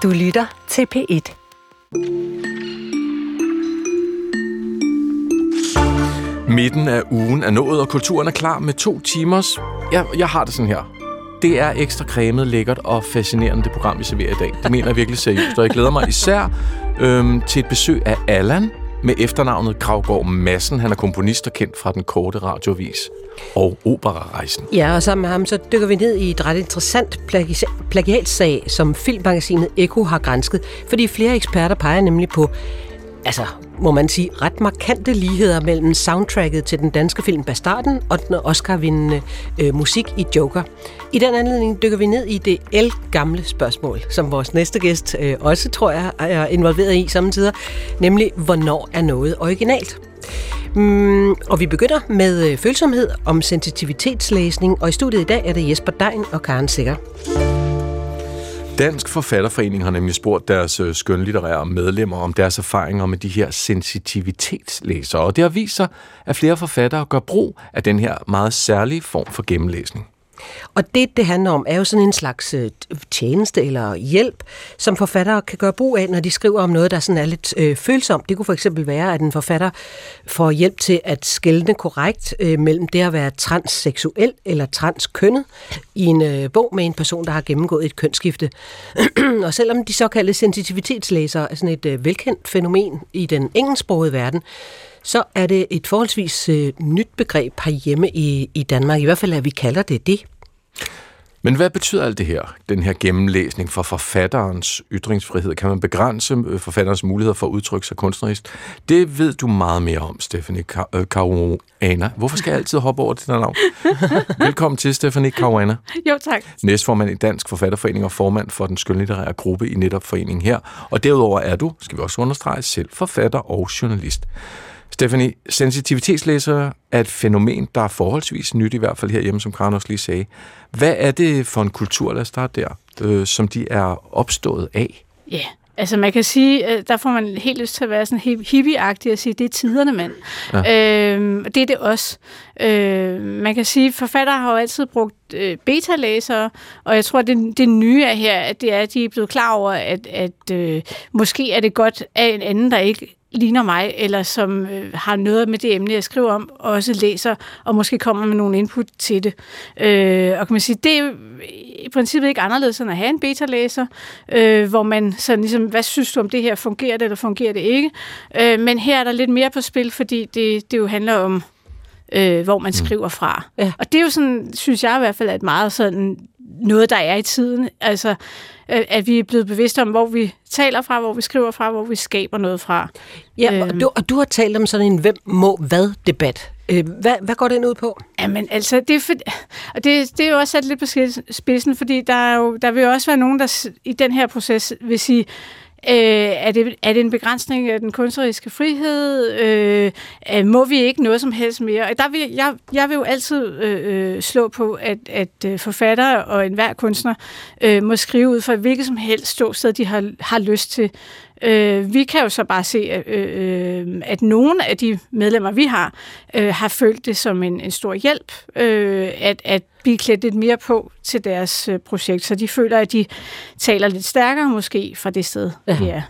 Du lytter til P1. Midten af ugen er nået, og kulturen er klar med 2 timers... Jeg har det sådan her. Det er ekstra cremet, lækkert og fascinerende, det program, vi serverer i dag. Det mener jeg virkelig seriøst, og jeg glæder mig især til et besøg af Allan med efternavnet Gravgaard Madsen. Han er komponist og kendt fra den korte radioavis og Operarejsen. Ja, og sammen med ham så dykker vi ned i et ret interessant plagiatsag, som filmmagasinet Ekko har gransket, fordi flere eksperter peger nemlig på, må man sige, ret markante ligheder mellem soundtracket til den danske film Bastarden og den Oscar-vindende musik i Joker. I den anledning dykker vi ned i det ældgamle spørgsmål, som vores næste gæst også, tror jeg, er involveret i samtidig, nemlig, hvornår er noget originalt? Og vi begynder med følsomhed om sensitivitetslæsning, og i studiet i dag er det Jesper Dein og Karen Sikker. Dansk Forfatterforening har nemlig spurgt deres skønlitterære medlemmer om deres erfaringer med de her sensitivitetslæsere, og det har vist sig, at flere forfattere gør brug af den her meget særlige form for gennemlæsning. Og det handler om, er jo sådan en slags tjeneste eller hjælp, som forfattere kan gøre brug af, når de skriver om noget, der sådan er lidt følsomt. Det kunne for eksempel være, at en forfatter får hjælp til at skelne korrekt mellem det at være transseksuel eller transkønnet i en bog med en person, der har gennemgået et kønsskifte. Og selvom de såkaldte sensitivitetslæsere er sådan et velkendt fænomen i den engelsksprogede verden, så er det et forholdsvis nyt begreb herhjemme i Danmark. I hvert fald, at vi kalder det. Men hvad betyder alt det her, den her gennemlæsning for forfatterens ytringsfrihed? Kan man begrænse forfatterens muligheder for at udtrykke sig kunstnerisk? Det ved du meget mere om, Stephanie Caruana. Hvorfor skal jeg altid hoppe over til dit navn? Velkommen til, Stephanie Caruana. Jo, tak. Næstformand i Dansk Forfatterforening og formand for den skønlitterære gruppe i netop foreningen her. Og derudover er du, skal vi også understrege, selv forfatter og journalist. Stephanie, sensitivitetslæsere er et fænomen, der er forholdsvis nyt, i hvert fald herhjemme, som Karen også lige sagde. Hvad er det for en kultur, lad os starte der, som de er opstået af? Ja, altså man kan sige, der får man helt lyst til at være sådan hippie-agtig og sige, det er tiderne, mand. Ja. Det er det også. Man kan sige, forfattere har jo altid brugt beta-læsere, og jeg tror, at det nye er her, at det er, at de er blevet klar over, at måske er det godt af en anden, der ikke ligner mig, eller som har noget med det emne, jeg skriver om, og også læser, og måske kommer med nogle input til det. Og kan man sige, det er jo i princippet ikke anderledes end at have en beta-læser, hvor man sådan ligesom, hvad synes du om det her, fungerer det, eller fungerer det ikke? Men her er der lidt mere på spil, fordi det jo handler om, hvor man skriver fra. Ja. Og det er jo sådan, synes jeg i hvert fald, er et meget sådan noget, der er i tiden. Altså, at vi er blevet bevidste om, hvor vi taler fra, hvor vi skriver fra, hvor vi skaber noget fra. Ja, og du har talt om sådan en hvem må hvad-debat. Hvad går den ud på? Jamen, altså, det er jo også sat lidt på spidsen, fordi der vil jo også være nogen, der i den her proces vil sige, er det en begrænsning af den kunstneriske frihed? Må vi ikke noget som helst mere? Og der vil jeg vil jo altid slå på, at forfattere og enhver kunstner må skrive ud fra hvilket som helst ståsted, de har lyst til. Vi kan jo så bare se, at nogle af de medlemmer, vi har følt det som en stor hjælp, at blive klædt lidt mere på til deres projekt, så de føler, at de taler lidt stærkere måske fra det sted, vi er.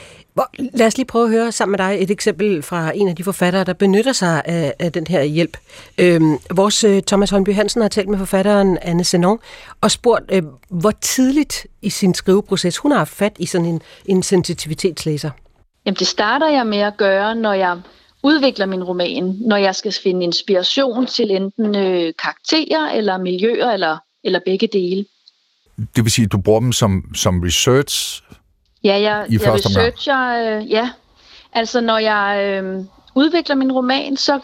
Lad os lige prøve at høre sammen med dig et eksempel fra en af de forfattere, der benytter sig af den her hjælp. Vores Thomas Holmby Hansen har talt med forfatteren Anne Zenon og spurgt, hvor tidligt i sin skriveproces hun har haft fat i sådan en sensitivitetslæser. Jamen det starter jeg med at gøre, når jeg udvikler min roman, når jeg skal finde inspiration til enten karakterer eller miljøer eller begge dele. Det vil sige, at du bruger dem som research? Ja, jeg researcher, ja. Altså, når jeg udvikler min roman, så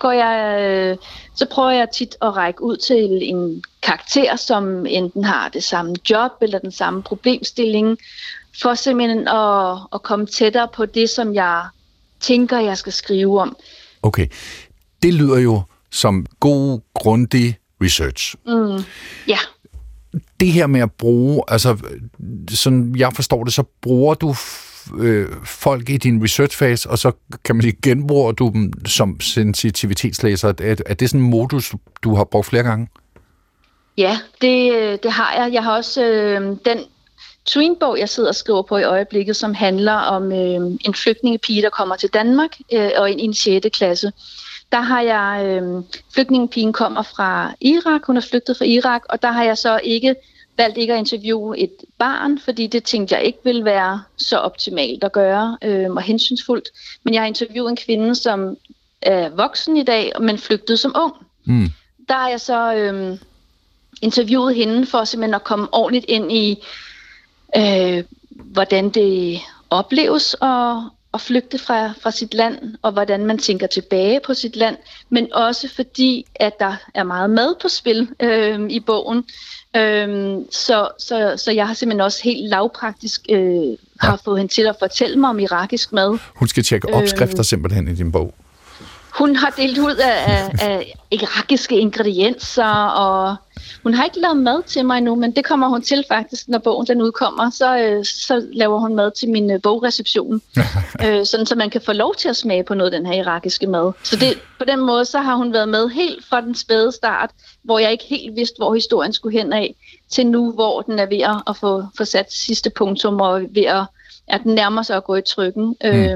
prøver jeg tit at række ud til en karakter, som enten har det samme job eller den samme problemstilling, for simpelthen at komme tættere på det, som jeg tænker, jeg skal skrive om. Okay. Det lyder jo som god, grundig research. Ja. Det her med at bruge, altså sådan jeg forstår det, så bruger du folk i din researchfase, og så kan man sige, genbruger du dem som sensitivitetslæser. Er det sådan en modus, du har brugt flere gange? Ja, det har jeg. Jeg har også den tweenbog, jeg sidder og skriver på i øjeblikket, som handler om en flygtningepige, der kommer til Danmark og ind i en 6. klasse. Der har jeg, flygtningepigen kommer fra Irak, hun er flygtet fra Irak, og der har jeg så valgt ikke at interviewe et barn, fordi det tænkte jeg ikke ville være så optimalt at gøre og hensynsfuldt. Men jeg har interviewet en kvinde, som er voksen i dag, men flygtede som ung. Der har jeg så interviewet hende for simpelthen at komme ordentligt ind i, hvordan det opleves at flygte fra sit land, og hvordan man tænker tilbage på sit land, men også fordi, at der er meget mad på spil i bogen. Så jeg har simpelthen også helt lavpraktisk har fået hende til at fortælle mig om irakisk mad. Hun skal tjekke opskrifter simpelthen i din bog. Hun har delt ud af irakiske ingredienser, og hun har ikke lavet mad til mig endnu, men det kommer hun til faktisk, når bogen den udkommer. Så laver hun mad til min bogreception, sådan så man kan få lov til at smage på noget af den her irakiske mad. Så på den måde så har hun været med helt fra den spæde start, hvor jeg ikke helt vidste, hvor historien skulle hen af, til nu, hvor den er ved at få sat sidste punktum, og ved at den nærmer sig at gå i trykken.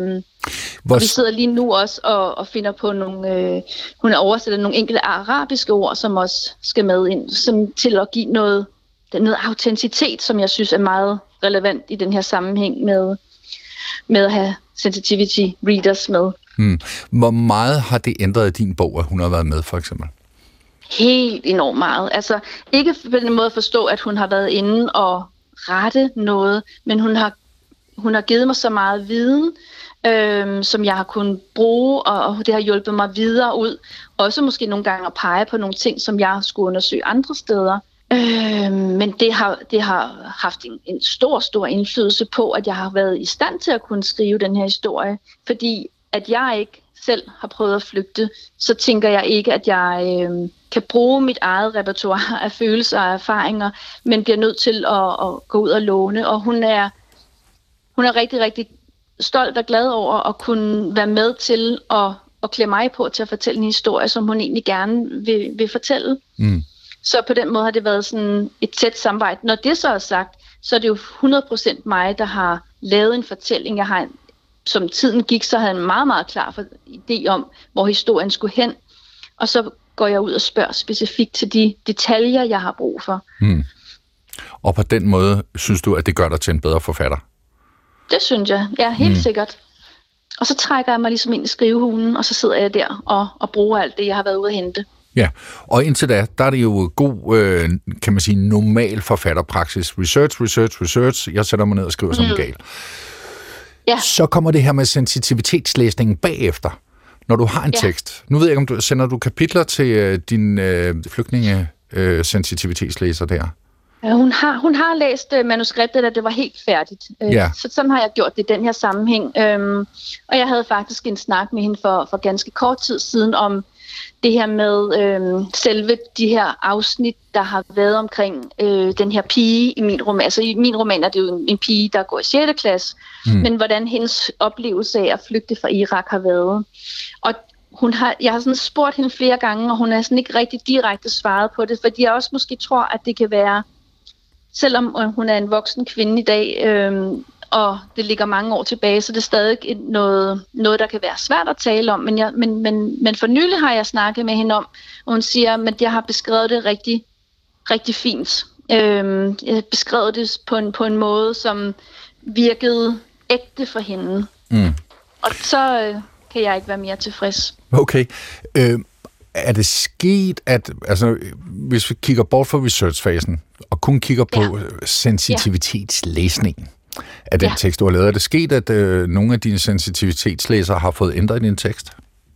Og vi sidder lige nu også og finder på nogle... hun har oversat nogle enkelte arabiske ord, som også skal med ind, som til at give noget autenticitet, som jeg synes er meget relevant i den her sammenhæng med at have sensitivity readers med. Hvor meget har det ændret din bog, at hun har været med, for eksempel? Helt enormt meget. Altså, ikke på den måde at forstå, at hun har været inde og rette noget, men hun har givet mig så meget viden, som jeg har kunnet bruge, og det har hjulpet mig videre ud. Også måske nogle gange at pege på nogle ting, som jeg skulle undersøge andre steder. Men det har haft en stor indflydelse på, at jeg har været i stand til at kunne skrive den her historie. Fordi at jeg ikke selv har prøvet at flygte, så tænker jeg ikke, at jeg kan bruge mit eget repertoire af følelser og erfaringer, men bliver nødt til at gå ud og låne. Og hun er rigtig, rigtig stolt og glad over at kunne være med til at klæde mig på til at fortælle en historie, som hun egentlig gerne vil fortælle. Så på den måde har det været sådan et tæt samarbejde. Når det så er sagt, så er det jo 100% mig, der har lavet en fortælling. Som tiden gik, så havde jeg en meget, meget klar idé om, hvor historien skulle hen. Og så går jeg ud og spørger specifikt til de detaljer, jeg har brug for. Og på den måde synes du, at det gør dig til en bedre forfatter? Det synes jeg. Ja, helt sikkert. Og så trækker jeg mig ligesom ind i skrivehulen, og så sidder jeg der og bruger alt det, jeg har været ude at hente. Ja, og indtil da, der er det jo god, kan man sige, normal forfatterpraksis. Research. Jeg sætter mig ned og skriver som en gal. Ja. Så kommer det her med sensitivitetslæsningen bagefter, når du har en tekst. Nu ved jeg ikke, om sender du kapitler til din flygtninge-sensitivitetslæser der? Hun har læst manuskriptet, da det var helt færdigt. Så sådan har jeg gjort det i den her sammenhæng. Og jeg havde faktisk en snak med hende for ganske kort tid siden om det her med selve de her afsnit, der har været omkring den her pige i min roman. Altså i min roman er det jo en pige, der går i 6. klasse, men hvordan hendes oplevelse af at flygte fra Irak har været. Og jeg har sådan spurgt hende flere gange, og hun har sådan ikke rigtig direkte svaret på det, fordi jeg også måske tror, at det kan være, selvom hun er en voksen kvinde i dag, og det ligger mange år tilbage, så det er stadig noget der kan være svært at tale om. Men for nylig har jeg snakket med hende om, og hun siger, at jeg har beskrevet det rigtig, rigtig fint. Jeg har beskrevet det på en måde, som virkede ægte for hende. Og så kan jeg ikke være mere tilfreds. Okay. Er det sket, at altså, hvis vi kigger bort fra researchfasen, og kun kigger på sensitivitetslæsningen af den tekst, du har lavet, er det sket, at nogle af dine sensitivitetslæsere har fået ændret din tekst?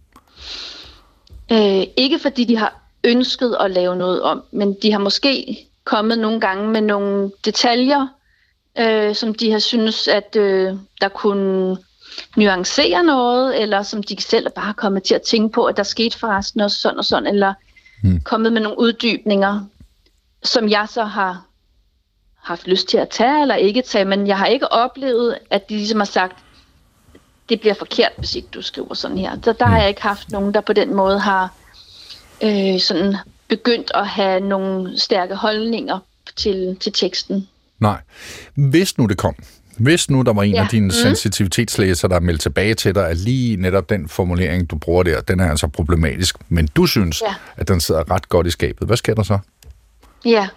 Ikke fordi de har ønsket at lave noget om, men de har måske kommet nogle gange med nogle detaljer, som de har synes, at der kunne nuancere noget, eller som de selv er bare kommet til at tænke på, at der skete forresten også sådan og sådan, eller kommet med nogle uddybninger, som jeg så har haft lyst til at tage eller ikke tage, men jeg har ikke oplevet, at de ligesom har sagt, det bliver forkert, hvis ikke du skriver sådan her. Så der har jeg ikke haft nogen, der på den måde har sådan begyndt at have nogle stærke holdninger til teksten. Nej. Hvis nu det kom, hvis nu der var en af dine sensitivitetslæser, der meldte tilbage til dig, at lige netop den formulering, du bruger der, den er altså problematisk, men du synes, at den sidder ret godt i skabet. Hvad sker der så? Ja,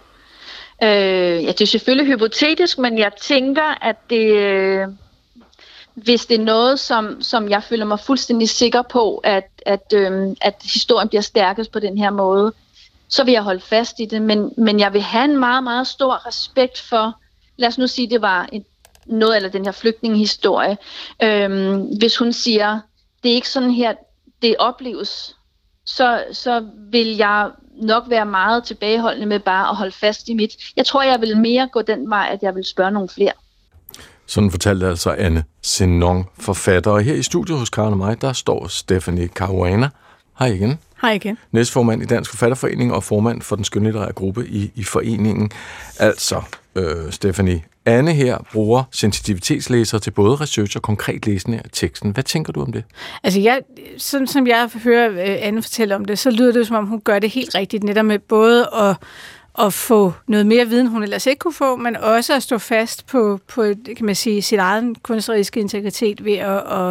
det er selvfølgelig hypotetisk, men jeg tænker, at det, hvis det er noget, som jeg føler mig fuldstændig sikker på, at historien bliver stærkest på den her måde, så vil jeg holde fast i det, men jeg vil have en meget, meget stor respekt for, lad os nu sige, det var noget af den her flygtningehistorie. Hvis hun siger, det er ikke sådan her, det opleves, så vil jeg nok være meget tilbageholdende med bare at holde fast i mit. Jeg tror, jeg vil mere gå den vej, at jeg vil spørge nogle flere. Sådan fortalte altså Anne Zenon, forfatter. Og her i studiet hos Karen og mig, der står Stephanie Caruana. Hej igen. Hej igen. Næstformand i Dansk Forfatterforening og formand for den skønlitterære gruppe i foreningen. Altså, Stephanie, Anne her bruger sensitivitetslæsere til både research og konkret læsning af teksten. Hvad tænker du om det? Altså, sådan som jeg hører Anne fortælle om det, så lyder det som om, hun gør det helt rigtigt, netop med både at få noget mere viden, hun ellers ikke kunne få, men også at stå fast på kan man sige, sin egen kunstneriske integritet ved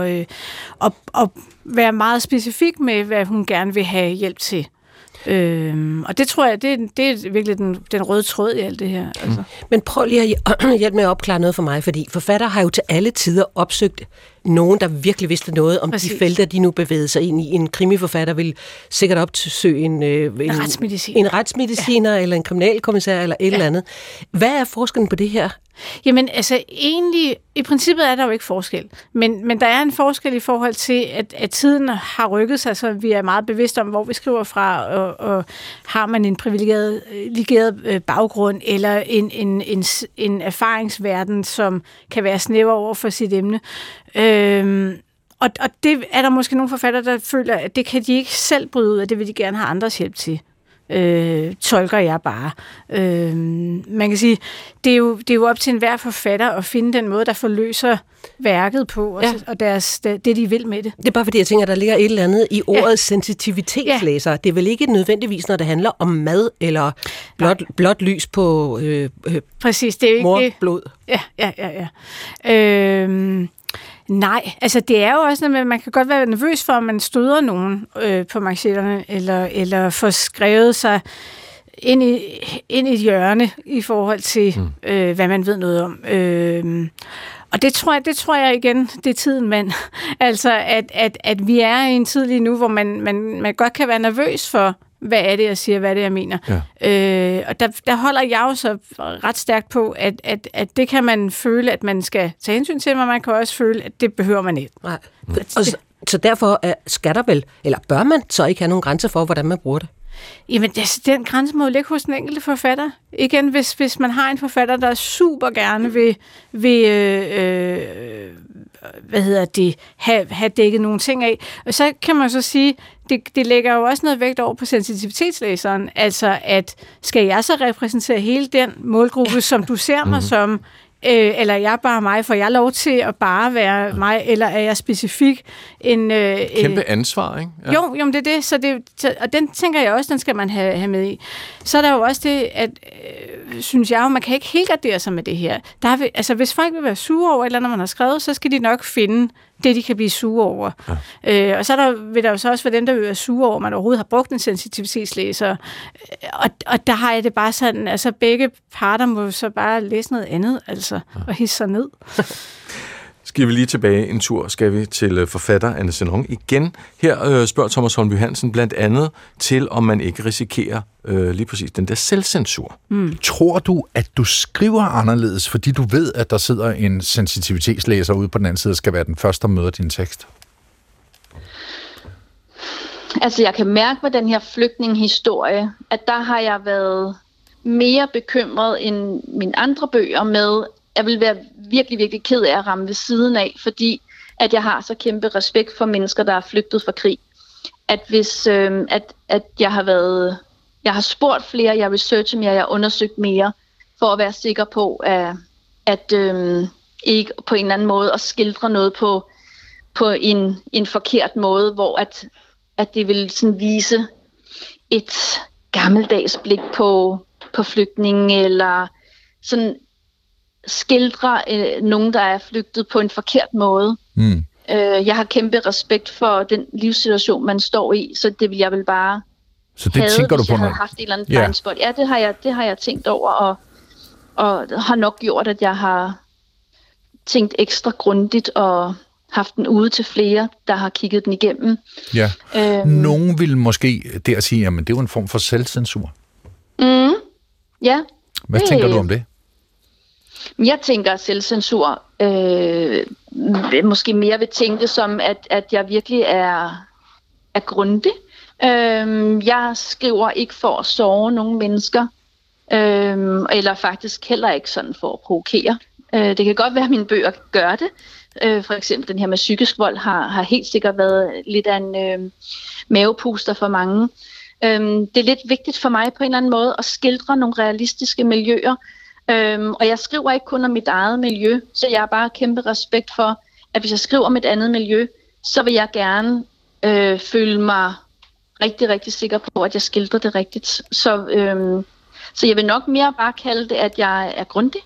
at være meget specifik med, hvad hun gerne vil have hjælp til. Og det tror jeg, det er virkelig den røde tråd i alt det her. Altså. Men prøv lige at hjælpe med at opklare noget for mig, fordi forfatter har jo til alle tider opsøgt nogen, der virkelig vidste noget om de felter, de nu bevægede sig ind i. En krimiforfatter vil sikkert opsøge en retsmediciner eller en kriminalkommissær eller et eller andet. Hvad er forskellen på det her? Jamen, altså egentlig, i princippet er der jo ikke forskel. Men der er en forskel i forhold til, at tiden har rykket sig, så vi er meget bevidste om, hvor vi skriver fra, og har man en privilegeret baggrund, eller en erfaringsverden, som kan være snæver over for sit emne. Og det er der måske nogle forfattere, der føler, at det kan de ikke selv bryde ud af, det vil de gerne have andres hjælp til. Tolker jeg bare. Man kan sige, det er jo op til enhver forfatter at finde den måde, der forløser værket på, og det de vil med det. Det er bare fordi, jeg tænker, at der ligger et eller andet i ordet sensitivitetslæser. Det er vel ikke nødvendigvis, når det handler om mad, eller blot lys på præcis, det er ikke morblod. Ja. Nej, altså det er jo også noget med, at man kan godt være nervøs for, at man støder nogen på manchetterne, eller får skrevet sig ind i et hjørne i forhold til, hvad man ved noget om. Og det tror jeg igen, det er tiden, mand. Altså, at vi er i en tid lige nu, hvor man godt kan være nervøs for, hvad er det, jeg siger, hvad er det, jeg mener. Ja. Og der holder jeg jo så ret stærkt på, at det kan man føle, at man skal tage hensyn til, men man kan også føle, at det behøver man ikke. Nej. Så derfor skal der vel, eller bør man så ikke have nogen grænser for, hvordan man bruger det? Jamen, den grænse må ligge hos den enkelte forfatter. Igen, hvis man har en forfatter, der super gerne vil have dækket nogle ting af, og så kan man så sige, det lægger jo også noget vægt over på sensitivitetslæseren, altså at skal jeg så repræsentere hele den målgruppe, som du ser mig som, eller jeg bare mig, får jeg lov til at bare være mig, eller er jeg specifik en... Kæmpe ansvar, ikke? Ja. Jo, men det er det, og den tænker jeg også, den skal man have med i. Så er der jo også det, at synes jeg jo, man kan ikke helt gardere sig med det her. Altså, hvis folk vil være sure over et eller andet, man har skrevet, så skal de nok finde det, de kan blive sure over. Ja. Og så vil der jo så også være dem, der vil være sure over, at man overhovedet har brugt en sensitivitetslæser. Og der har jeg det bare sådan, altså begge parter må så bare læse noget andet, altså, og hisse sig ned. Skal vi lige tilbage en tur, skal vi til forfatter Anne Zenon igen. Her spørger Thomas Holmby Hansen blandt andet til, om man ikke risikerer lige præcis den der selvcensur. Tror du, at du skriver anderledes, fordi du ved, at der sidder en sensitivitetslæser ude på den anden side, og skal være den første, der møder din tekst? Altså, jeg kan mærke med den her flygtningehistorie, at der har jeg været mere bekymret end mine andre bøger med. Jeg vil være virkelig, virkelig ked af at ramme ved siden af, fordi at jeg har så kæmpe respekt for mennesker, der er flygtet fra krig. At hvis at jeg har spurgt flere, jeg har researchet mere, jeg har undersøgt mere, for at være sikker på, at ikke på en eller anden måde at skildre noget på en forkert måde, hvor at det vil sådan vise et gammeldags blik på flygtninge, eller sådan skildre nogen, der er flygtet på en forkert måde. Jeg har kæmpe respekt for den livssituation, man står i, så det vil jeg vel bare så det tænker du på, jeg havde haft et eller andet blindspot. Ja, det har jeg tænkt over, og har nok gjort, at jeg har tænkt ekstra grundigt og haft den ude til flere, der har kigget den igennem. Ja. Nogen vil måske der sige, jamen det er jo en form for selvcensur. Ja. Hvad tænker du om det? Jeg tænker, at selvcensur måske mere vil tænke som, at jeg virkelig er grundig. Jeg skriver ikke for at såre nogle mennesker, eller faktisk heller ikke sådan for at provokere. Det kan godt være, at mine bøger gør det. For eksempel den her med psykisk vold har helt sikkert været lidt af en mavepuster for mange. Det er lidt vigtigt for mig på en eller anden måde at skildre nogle realistiske miljøer. Og jeg skriver ikke kun om mit eget miljø, så jeg har bare kæmpe respekt for, at hvis jeg skriver om et andet miljø, så vil jeg gerne føle mig rigtig, rigtig sikker på, at jeg skildrer det rigtigt. Så jeg vil nok mere bare kalde det, at jeg er grundig.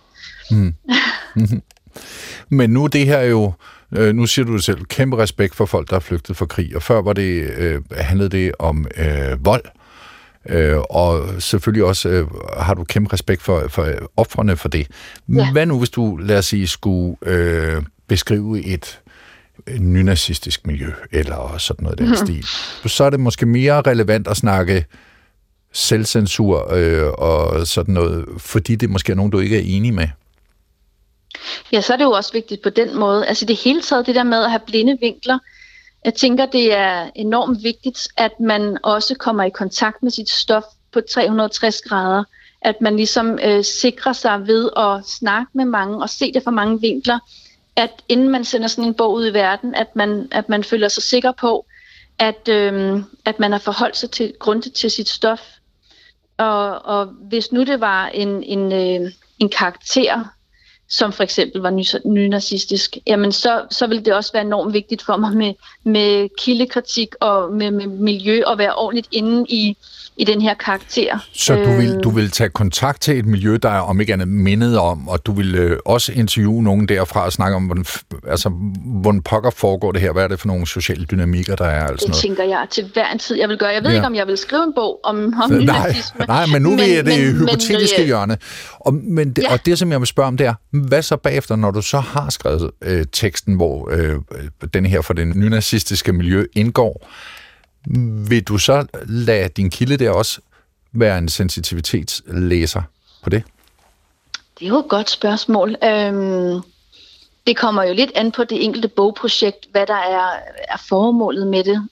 Men nu det her jo, nu siger du det selv, kæmpe respekt for folk, der er flygtet fra krig, og før var det, handlede det om vold, og selvfølgelig også har du kæmpe respekt for ofrene for det. Ja. Hvad nu, hvis du, lad os sige, skulle beskrive et nynazistisk miljø, eller sådan noget den stil, så er det måske mere relevant at snakke selvcensur og sådan noget, fordi det måske er nogen, du ikke er enig med. Ja, så er det jo også vigtigt på den måde. Altså det hele taget, det der med at have blinde vinkler. Jeg tænker, det er enormt vigtigt, at man også kommer i kontakt med sit stof på 360 grader. At man ligesom sikrer sig ved at snakke med mange og se det fra mange vinkler. At inden man sender sådan en bog ud i verden, at man føler sig sikker på, at man har forholdt sig grundigt til sit stof. Og hvis nu det var en karakter, som for eksempel var nynazistisk, jamen så vil det også være enormt vigtigt for mig med kildekritik og med miljø og være ordentligt inde i den her karakter. Så du vil tage kontakt til et miljø, der er om ikke andet mindet om, og du vil også interviewe nogen derfra og snakke om, hvordan pokker foregår det her? Hvad er det for nogle sociale dynamikker, der er? Altså det tænker jeg til hver en tid, jeg vil gøre. Jeg ved ikke, om jeg vil skrive en bog om nynazisme. Nej, men nu er det hypotetiske hjørne. Og det, som jeg vil spørge om, det er, hvad så bagefter, når du så har skrevet teksten, hvor den her for det nynazistiske miljø indgår, vil du så lade din kilde der også være en sensitivitetslæser på det? Det er jo et godt spørgsmål. Det kommer jo lidt an på det enkelte bogprojekt, hvad der er formålet med det.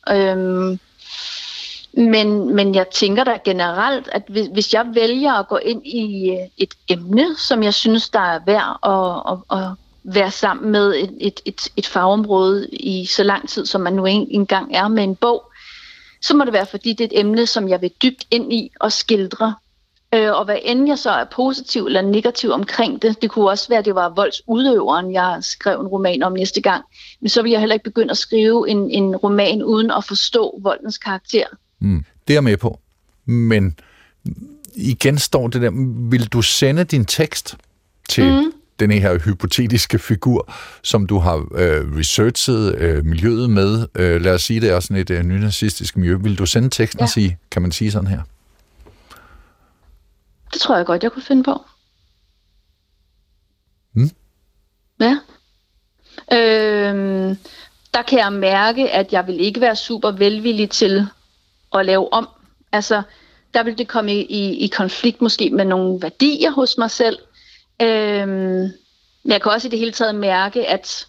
Men jeg tænker da generelt, at hvis jeg vælger at gå ind i et emne, som jeg synes, der er værd at være sammen med et fagområde i så lang tid, som man nu engang er med en bog, så må det være, fordi det er et emne, som jeg vil dybt ind i og skildre. Og hvad end jeg så er positiv eller negativ omkring det, det kunne også være, at det var voldsudøveren, jeg skrev en roman om næste gang, men så vil jeg heller ikke begynde at skrive en roman uden at forstå voldens karakter. Det er jeg med på. Men igen står det der, vil du sende din tekst til den her hypotetiske figur, som du har researchet miljøet med? Lad os sige, det er sådan et nynazistisk miljø. Vil du sende teksten og sige, kan man sige sådan her? Det tror jeg godt, jeg kunne finde på. Ja. Der kan jeg mærke, at jeg vil ikke være super velvillig til at lave om. Altså, der vil det komme i konflikt måske med nogle værdier hos mig selv. Men jeg kan også i det hele taget mærke,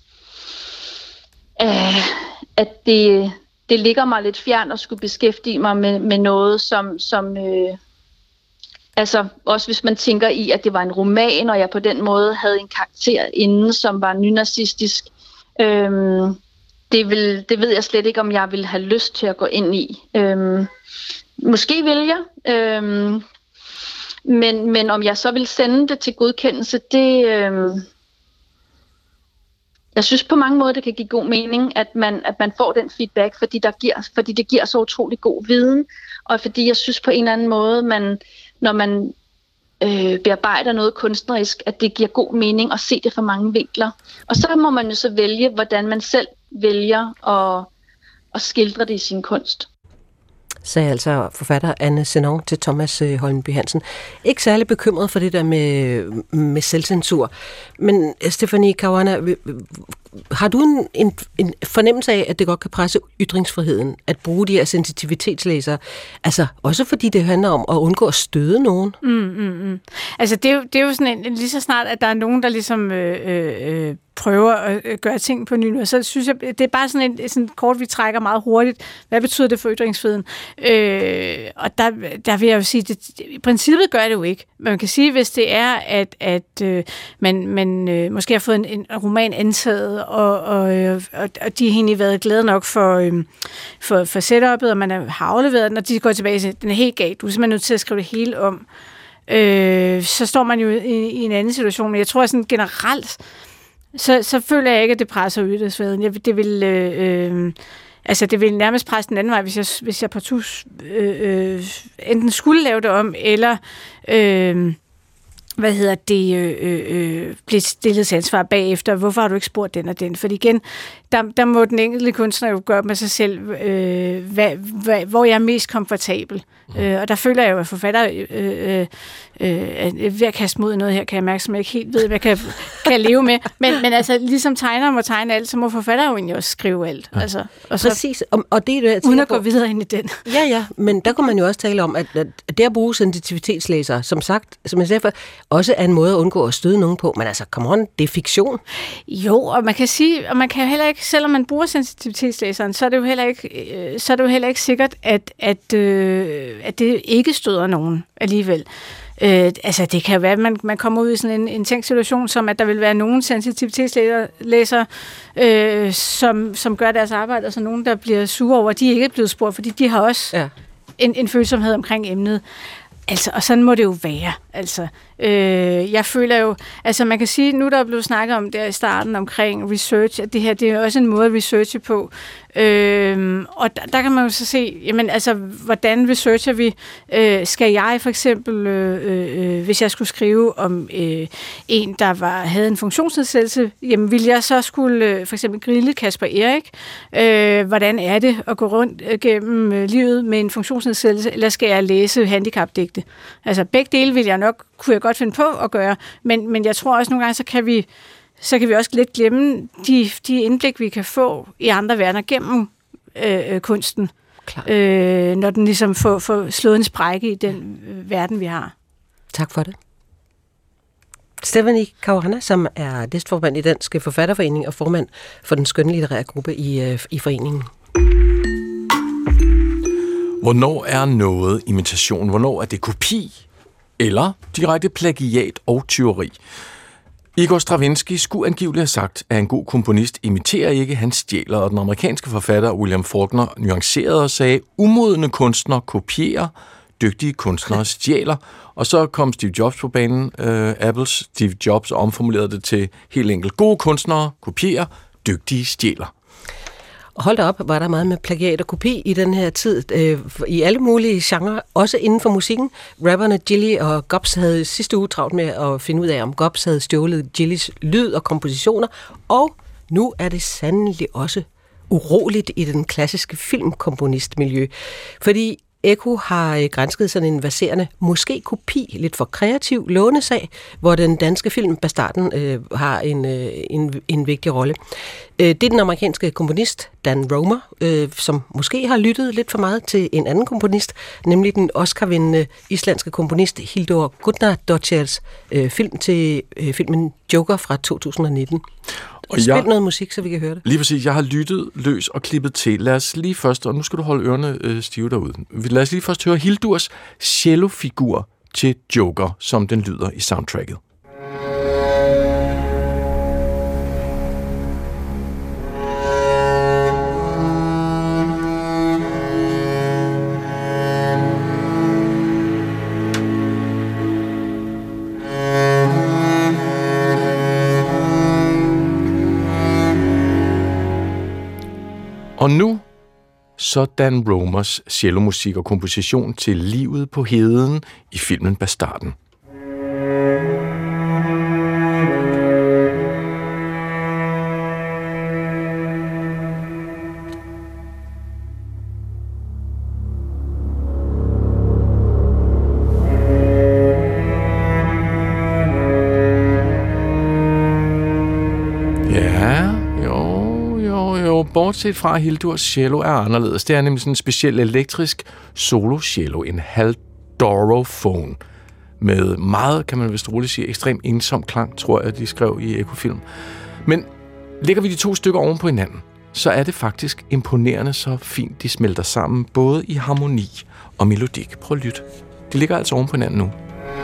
at det ligger mig lidt fjern at skulle beskæftige mig med noget, som altså også hvis man tænker i, at det var en roman, og jeg på den måde havde en karakter inden, som var nynazistisk. Det ved jeg slet ikke, om jeg vil have lyst til at gå ind i. Måske vil jeg. Men om jeg så vil sende det til godkendelse, det... Jeg synes på mange måder, det kan give god mening, at man får den feedback, fordi det giver så utrolig god viden, og fordi jeg synes på en eller anden måde, når man bearbejder noget kunstnerisk, at det giver god mening at se det fra mange vinkler. Og så må man jo så vælge, hvordan man selv vælger at skildre det i sin kunst. Sagde altså forfatter Anne Zenon til Thomas Holmby Hansen. Ikke særlig bekymret for det der med selvcensur. Men Stephanie Caruana, har du en fornemmelse af, at det godt kan presse ytringsfriheden at bruge de her sensitivitetslæsere? Altså også fordi det handler om at undgå at støde nogen? Altså det er jo sådan lige så snart, at der er nogen, der ligesom prøver at gøre ting på ny. Og så synes jeg, det er bare sådan en kort, vi trækker meget hurtigt. Hvad betyder det for ytringsfriheden? Og der vil jeg jo sige, at i princippet gør det jo ikke. Man kan sige, hvis det er, at man måske har fået en roman antaget, og de har egentlig været glade nok for setup'et, og man har afleveret den, og de går tilbage til, den er helt galt. Du er simpelthen nødt til at skrive det hele om. Så står man jo i en anden situation. Men jeg tror sådan generelt, så føler jeg ikke, at det presser ytringsfriheden. Det vil nærmest presse den anden vej, hvis jeg partout enten skulle lave det om, eller blive stillet til ansvar bagefter. Hvorfor har du ikke spurgt den og den? For igen, der må den enkelte kunstner jo gøre med sig selv, hvor jeg er mest komfortabel. Og der føler jeg jo, at forfatter ved at kaste mod noget her, kan jeg mærke, som jeg ikke helt ved, hvad jeg kan leve med. Men altså, ligesom tegner må tegne alt, så må forfatter jo egentlig også skrive alt. Altså, og så, præcis, og det er det, uden at gå videre ind i den. Ja, men der kunne man jo også tale om, at det at bruge sensitivitetslæsere, som jeg sagde før, også er en måde at undgå at støde nogen på. Men altså, come on, det er fiktion. Jo, og man kan sige, og man kan heller ikke, selvom man bruger sensitivitetslæseren, så er det jo heller ikke sikkert, at det ikke støder nogen alligevel. Altså, det kan være, at man kommer ud i sådan en tænkt situation, som at der vil være nogle sensitivitetslæsere, som gør deres arbejde, og så nogen, der bliver sure over, at de ikke er blevet spurgt, fordi de har også en følsomhed omkring emnet. Altså, og sådan må det jo være. Altså, jeg føler jo, altså man kan sige, nu der er blevet snakket om der i starten omkring research, at det her, det er også en måde at researche på. Og der kan man jo så se, jamen altså, hvordan researcher vi? Skal jeg for eksempel, hvis jeg skulle skrive om en, der havde en funktionsnedsættelse, jamen vil jeg så skulle for eksempel grille Kasper Erik? Hvordan er det at gå rundt gennem livet med en funktionsnedsættelse, eller skal jeg læse handicapdigte? Altså begge dele kunne jeg godt finde på at gøre, men jeg tror også nogle gange, så kan vi også lidt glemme de indblik, vi kan få i andre verdener gennem kunsten, når den ligesom får slået en sprække i den verden, vi har. Tak for det. Stephanie Caruana, som er næstformand i Dansk Forfatterforening og formand for den skønlitterære gruppe i foreningen. Hvornår er noget imitation? Hvornår er det kopi? Eller direkte plagiat og tyveri? Igor Stravinsky skulle angiveligt have sagt, at en god komponist imiterer ikke, han stjæler, og den amerikanske forfatter William Faulkner nuancerede og sagde, umodne kunstnere kopierer, dygtige kunstnere stjæler, og så kom Steve Jobs på banen, Apples Steve Jobs, og omformulerede det til helt enkelt. Gode kunstnere kopierer, dygtige stjæler. Hold da op, var der meget med plagiat og kopi i den her tid, i alle mulige genrer, også inden for musikken. Rapperne Jilly og Gobs havde sidste uge travlt med at finde ud af, om Gobs havde stjålet Jillys lyd og kompositioner, og nu er det sandelig også uroligt i den klassiske filmkomponistmiljø, fordi Ekko har gransket sådan en verserende, måske kopi, lidt for kreativ lånesag, hvor den danske film Bastarden har en vigtig rolle. Det er den amerikanske komponist Dan Romer, som måske har lyttet lidt for meget til en anden komponist, nemlig den Oscar-vindende islandske komponist Hildur Gudnadottirs film til filmen Joker fra 2019. Spil noget musik, så vi kan høre det. Lige præcis. Jeg har lyttet løs og klippet til. Lad os lige først, og nu skal du holde ørerne stive derude. Lad os lige først høre Hildurs cellofigur til Joker, som den lyder i soundtracket. Og nu så Dan Romers cellomusik og komposition til Livet på heden i filmen Bastarden. Ja, jo. Bortset fra, at Hildurs cello er anderledes. Det er nemlig sådan en speciel elektrisk solo-cello, en Haldorophone, med meget, kan man vist roligt sige, ekstremt ensom klang, tror jeg, de skrev i Ekofilm. Men lægger vi de to stykker oven på hinanden, så er det faktisk imponerende så fint, de smelter sammen, både i harmoni og melodik. Prøv at lytte. De ligger altså oven på hinanden nu.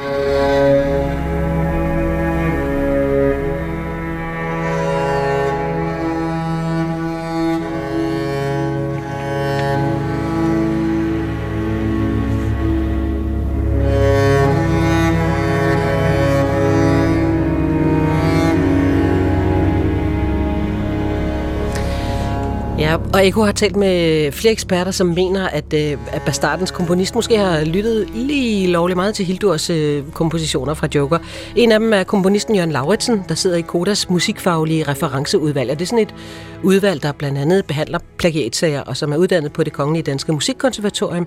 Ja, og Eko har talt med flere eksperter, som mener, at Bastardens komponist måske har lyttet lige lovligt meget til Hildurs kompositioner fra Joker. En af dem er komponisten Jørgen Lauritsen, der sidder i Kodas musikfaglige referenceudvalg. Og det er sådan et udvalg, der blandt andet behandler plagiatsager, og som er uddannet på Det Kongelige Danske Musikkonservatorium,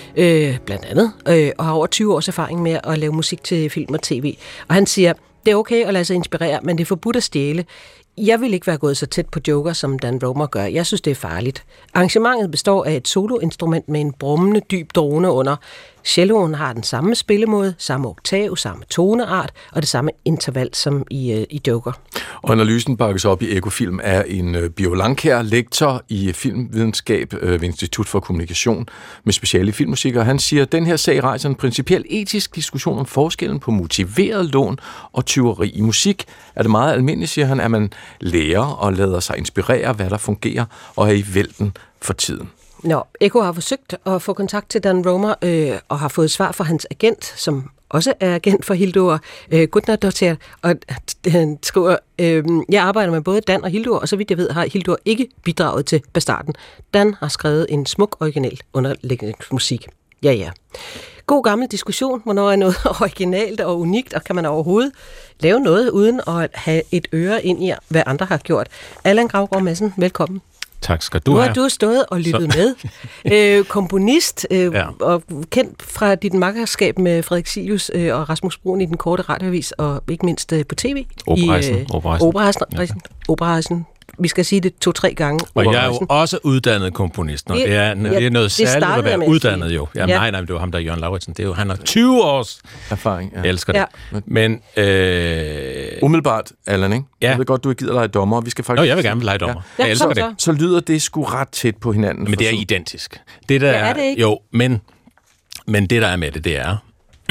blandt andet, og har over 20 års erfaring med at lave musik til film og tv. Og han siger, det er okay at lade sig inspirere, men det er forbudt at stjæle. Jeg vil ikke være gået så tæt på Joker, som Dan Romer gør. Jeg synes, det er farligt. Arrangementet består af et soloinstrument med en brummende, dyb drone under. Celloen har den samme spillemåde, samme oktav, samme toneart og det samme interval som i Joker. Og analysen bakkes op i Ekofilm af en Bio Langkjær, lektor i filmvidenskab ved Institut for Kommunikation med speciale i filmmusik, og han siger, at den her sag rejser en principiel etisk diskussion om forskellen på motiveret lån og tyveri. I musik er det meget almindeligt, siger han, at man lærer og lader sig inspirere, hvad der fungerer, og er i vælten for tiden. Nå, Eko har forsøgt at få kontakt til Dan Romer og har fået svar fra hans agent, som også er agent for Hildur, Gudnadottir, og han skriver, jeg arbejder med både Dan og Hildur, og så vidt jeg ved, har Hildur ikke bidraget til Bastarden. Dan har skrevet en smuk, original underlægningsmusik. Ja. God gammel diskussion, hvornår er noget originalt og unikt, og kan man overhovedet lave noget uden at have et øre ind i, hvad andre har gjort. Allan Gravgaard Madsen, velkommen. Tak skal du have. Nu har du stået og lyttet med. Komponist og kendt fra dit makkerskab med Frederik Silius og Rasmus Bruun i Den Korte Radioavis, og ikke mindst på tv. Operarejsen. Vi skal sige det 2-3 gange. Og jeg er jo også uddannet komponist. Det er noget særligt at være uddannet jo. Jamen, nej, det var ham der, Jørgen Lauritsen. Det er jo, han har 20 års erfaring. Jeg elsker det. Ja. Men umiddelbart, Allan, ikke? Ja. Jeg ved godt, du ikke gider lege dommer. Vi skal faktisk... jeg vil gerne lege dommer. Ja. Jeg elsker det. Så lyder det sgu ret tæt på hinanden. Men det er identisk. Det der er det ikke? Jo, men det der er med det er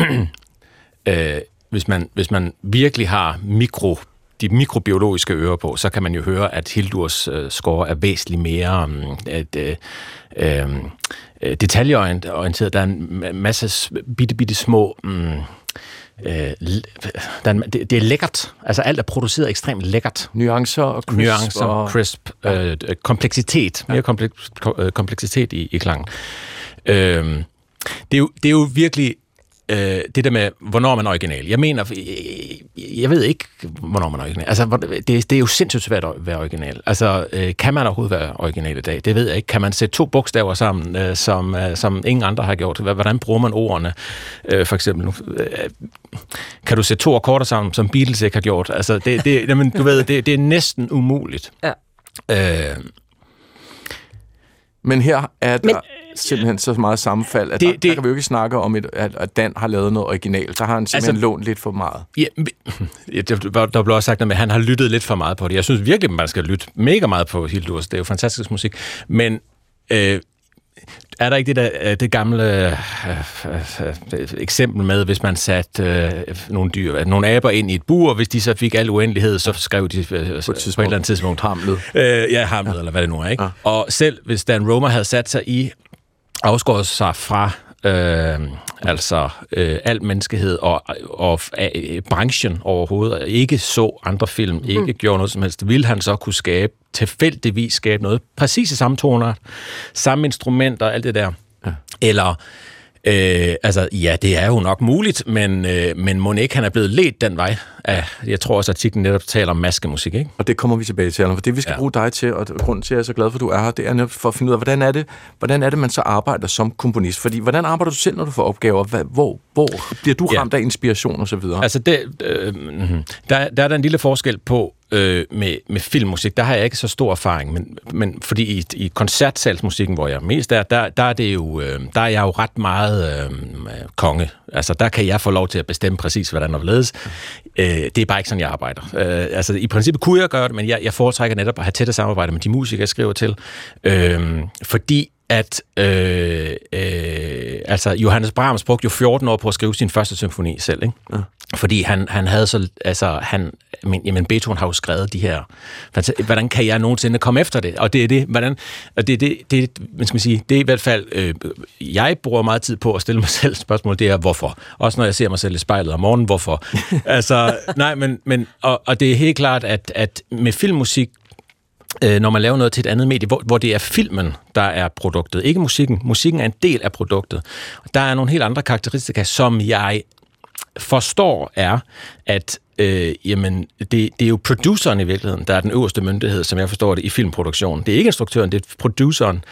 hvis man virkelig har de mikrobiologiske ører på, så kan man jo høre, at Hildurs score er væsentligt mere detaljeorienteret. Der er en masse bitte små... det er lækkert. Altså alt er produceret ekstremt lækkert. Nuancer og crisp. Kompleksitet. Mere kompleksitet i klangen. Det er jo virkelig det der med, hvornår man er original. Jeg ved ikke, hvornår man er original. Altså, det er jo sindssygt svært at være original. Altså, kan man overhovedet være original i dag? Det ved jeg ikke. Kan man sætte 2 bogstaver sammen, som ingen andre har gjort? Hvordan bruger man ordene? For eksempel nu. Kan du sætte 2 akkorder sammen, som Beatles ikke har gjort? Altså, jamen, du ved, det er næsten umuligt. Ja. Men her er der simpelthen så meget sammenfald, at der kan vi jo ikke snakke om, at Dan har lavet noget originalt. Så har han simpelthen lånt lidt for meget. Ja, der blev også sagt, at han har lyttet lidt for meget på det. Jeg synes virkelig, man skal lytte mega meget på Hildurs. Det er jo fantastisk musik. Men er der ikke det gamle eksempel med, hvis man satte nogle aber ind i et bur, og hvis de så fik al uendelighed, så skrev de på et eller andet tidspunkt Hamlet. Hamlet, eller hvad det nu er, ikke? Ja. Og selv hvis Dan Romer havde sat sig afskåret sig fra al menneskehed og branchen overhovedet, ikke så andre film, ikke gjorde noget som helst, ville han så kunne tilfældigvis skabe noget, præcis i samme toner, samme instrumenter og alt det der. Ja. Eller, det er jo nok muligt, men må ikke han er blevet ledt den vej. Jeg tror også, at artiklen netop taler om maskemusik, ikke? Og det kommer vi tilbage til, for det vi skal bruge dig til, og grunden til, at jeg er så glad for, at du er her, det er netop for at finde ud af, hvordan er det, man så arbejder som komponist? Fordi, hvordan arbejder du selv, når du får opgaver? Hvor bliver du ramt af inspiration og så videre? Altså, der er der en lille forskel på, med filmmusik, der har jeg ikke så stor erfaring, men fordi i koncertsalsmusikken, hvor jeg mest er, der er jeg jo ret meget konge. Altså, der kan jeg få lov til at bestemme præcis, hvordan der vil ledes. Det er bare ikke sådan, jeg arbejder. Altså, i princippet kunne jeg gøre det, men jeg foretrækker netop at have tætte samarbejde med de musikere, jeg skriver til. Fordi at altså Johannes Brahms brugte jo 14 år på at skrive sin første symfoni selv, ikke? Ja. Fordi han havde så, altså jamen Beethoven har jo skrevet de her, hvordan kan jeg nogensinde komme efter det? Og det er det, hvordan, og det man skal sige, det er i hvert fald, jeg bruger meget tid på at stille mig selv spørgsmål, det er hvorfor? Også når jeg ser mig selv i spejlet om morgenen, hvorfor? Altså, nej, men og det er helt klart, at med filmmusik, når man laver noget til et andet medie, hvor det er filmen, der er produktet, ikke musikken. Musikken er en del af produktet. Der er nogle helt andre karakteristika, som jeg forstår er, at jamen, det er jo produceren i virkeligheden, der er den øverste myndighed, som jeg forstår det, i filmproduktionen. Det er ikke instruktøren, det er produceren.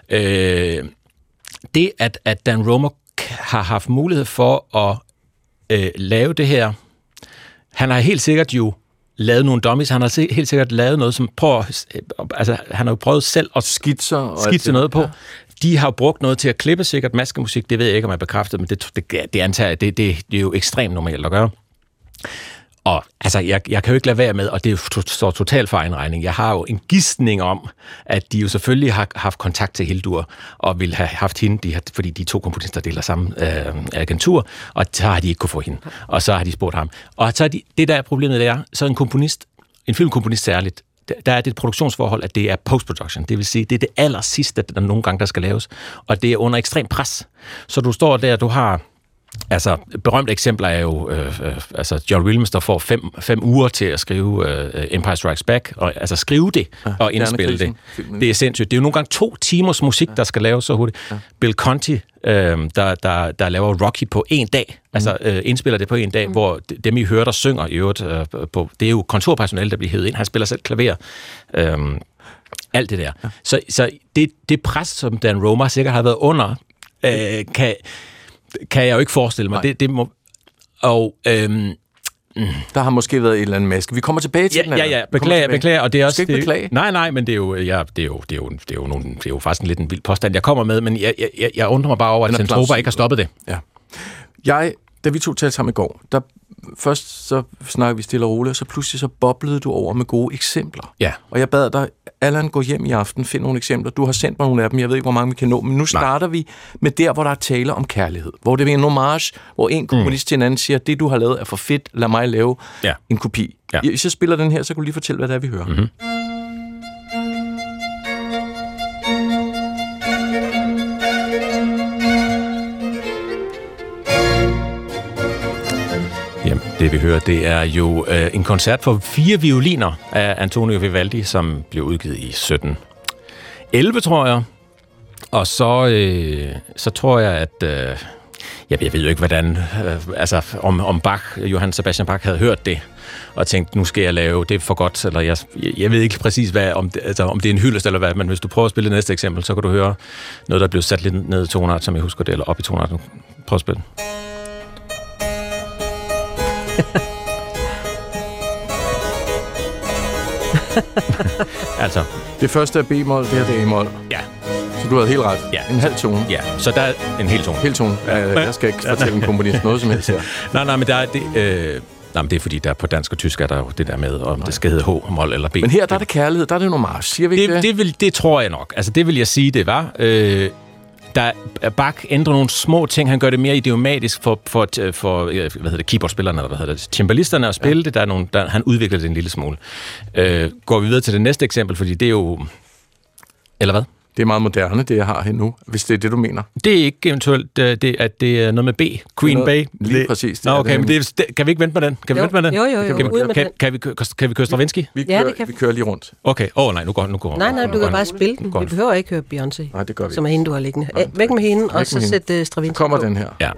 Det, at Dan Romer har haft mulighed for at lave det her, han har helt sikkert jo lavet nogle dummies. Han har helt sikkert lavet noget, som prøver... Altså, han har jo prøvet selv at skitse noget på. Ja. De har brugt noget til at klippe sikkert maskemusik. Det ved jeg ikke, om jeg bekræfter, men det antager jeg, det er jo ekstremt normalt at gøre. Og altså, jeg kan jo ikke lade være med, og det er jo totalt for egen regning. Jeg har jo en gidsning om, at de jo selvfølgelig har haft kontakt til Hildur, og ville have haft hende, fordi de to komponister deler samme agentur, og så har de ikke kunne få hende. Og så har de spurgt ham. Og så det der er problemet, det er, så en filmkomponist særligt, der er det et produktionsforhold, at det er post-production. Det vil sige, det er det aller sidste, der nogle gange, der skal laves. Og det er under ekstrem pres. Så du står der, du har... Altså, berømte eksempler er jo, altså John Williams, der får 5 uger til at skrive Empire Strikes Back, og altså skrive det og indspille det. Det er sindssygt. Det er jo nogle gange 2 timers musik, der skal laves så hurtigt. Ja. Bill Conti, der laver Rocky på 1 dag, altså indspiller det på 1 dag, hvor dem I hører, der synger i øvrigt på, det er jo kontorpersonale, der bliver hævet ind. Han spiller selv klaver. Alt det der. Ja. Så det pres, som Dan Romer sikkert har været under, kan jeg jo ikke forestille mig. Det må... Og... Der har måske været et eller andet maske. Vi kommer tilbage til den. Ja, beklager, og det er også... Du skal ikke beklage? Nej, men det er jo faktisk lidt en vild påstand, jeg kommer med, men jeg undrer mig bare over, at Zentropa ikke har stoppet det. Ja. Da vi 2 talte sammen i går, først så snakkede vi stille og roligt, og så pludselig så boblede du over med gode eksempler. Ja. Og jeg bad dig, Allan, gå hjem i aften, find nogle eksempler. Du har sendt mig nogle af dem, jeg ved ikke, hvor mange vi kan nå, men nu starter vi med der, hvor der er tale om kærlighed. Hvor det er en homage, hvor en komponist til en anden siger, det du har lavet er for fedt, lad mig lave en kopi. Ja. Hvis jeg spiller den her, så kan du lige fortælle, hvad det er, vi hører. Mm-hmm. Det vi hører, det er jo en koncert for 4 violiner af Antonio Vivaldi, som blev udgivet i 1711, tror jeg. Og så tror jeg, at... jeg ved jo ikke, hvordan... om Bach, Johann Sebastian Bach, havde hørt det, og tænkt, nu skal jeg lave det for godt, eller jeg ved ikke præcis, om det er en hyldest eller hvad, men hvis du prøver at spille det næste eksempel, så kan du høre noget, der blev sat lidt ned i tonart, som jeg husker det, eller op i tonart. Prøv at spille. Altså, det første er B-mol, det her det er E-mol. Ja. Så du havde helt ret. Ja. En halv tone. Ja, så der er en hel tone. Hel tone. Jeg skal ikke fortælle en komponist noget som helst her. Nej, men der er det... men det er fordi, der på dansk og tysk er der jo det der med, om det skal hedde H-mol eller B. Men her, der er det kærlighed, der er det noget march. Siger vi ikke det tror jeg nok. Altså, det vil jeg sige, det var... Der Bach ændrer nogle små ting. Han gør det mere idiomatisk for keyboardspillerne, eller cembalisterne at spille det. Der er nogle, han udvikler det en lille smule. Går vi videre til det næste eksempel, fordi det er jo... Eller hvad? Det er meget moderne, det jeg har her nu, hvis det er det, du mener. Det er ikke eventuelt, at det er noget med B. Queen Bee. Lige præcis. Nå, okay, men kan vi ikke vente med den? Kan vi vente med den? Jo. Kan vi køre Stravinsky? Vi kører lige rundt. Okay. Nej, nu går Nej, du kan bare spille den. Vi behøver ikke høre Beyoncé. Nej, det gør vi. Som er hende, du har liggende. Væk med hende, og så sæt Stravinsky. Så kommer den her. Ja.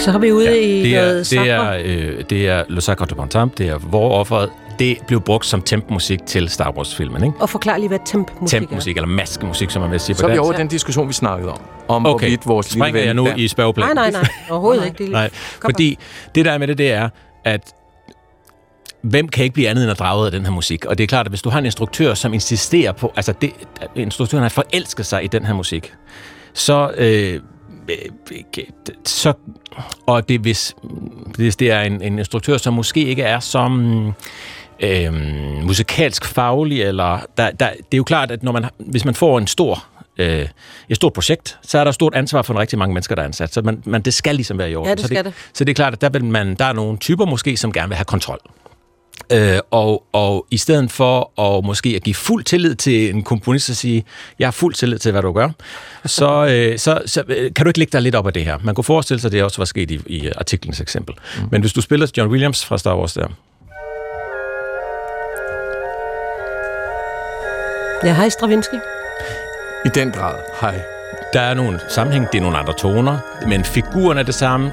Så har vi ude i noget det er Le Sacre de Bantam, det er Hvor offeret. Det blev brugt som tempmusik til Star Wars-filmen, ikke? Og forklar lige, hvad tempmusik er. Tempmusik, eller maskemusik, som man vil sige på dansk. Så er vi over dansk. Den diskussion, vi snakkede om hvorvidt vores lille ven... Springer jeg nu i spørgeplanen? Nej, overhovedet ikke. Nej, fordi det der med det er, at hvem kan ikke blive andet end at drage af den her musik? Og det er klart, at hvis du har en instruktør, som insisterer på... Altså, instruktøren har forelsket sig i den her musik, så og det, hvis det er en instruktør, som måske ikke er som musikalsk faglig, eller det er jo klart, at hvis man får et stort projekt, så er der stort ansvar for rigtig mange mennesker, der er ansat. Så det skal ligesom være i orden. Ja, det skal det. Så det er klart, at der er nogle typer måske, som gerne vil have kontrol. Og i stedet for at måske at give fuld tillid til en komponist og sige, jeg har fuld tillid til, hvad du gør, så kan du ikke lægge dig lidt op af det her. Man kunne forestille sig, at det også var sket i artiklens eksempel. Men hvis du spiller John Williams fra Star Wars der. Ja, hej Stravinsky. I den grad, hej. Der er nogle sammenhæng, det er nogle andre toner, men figuren er det samme,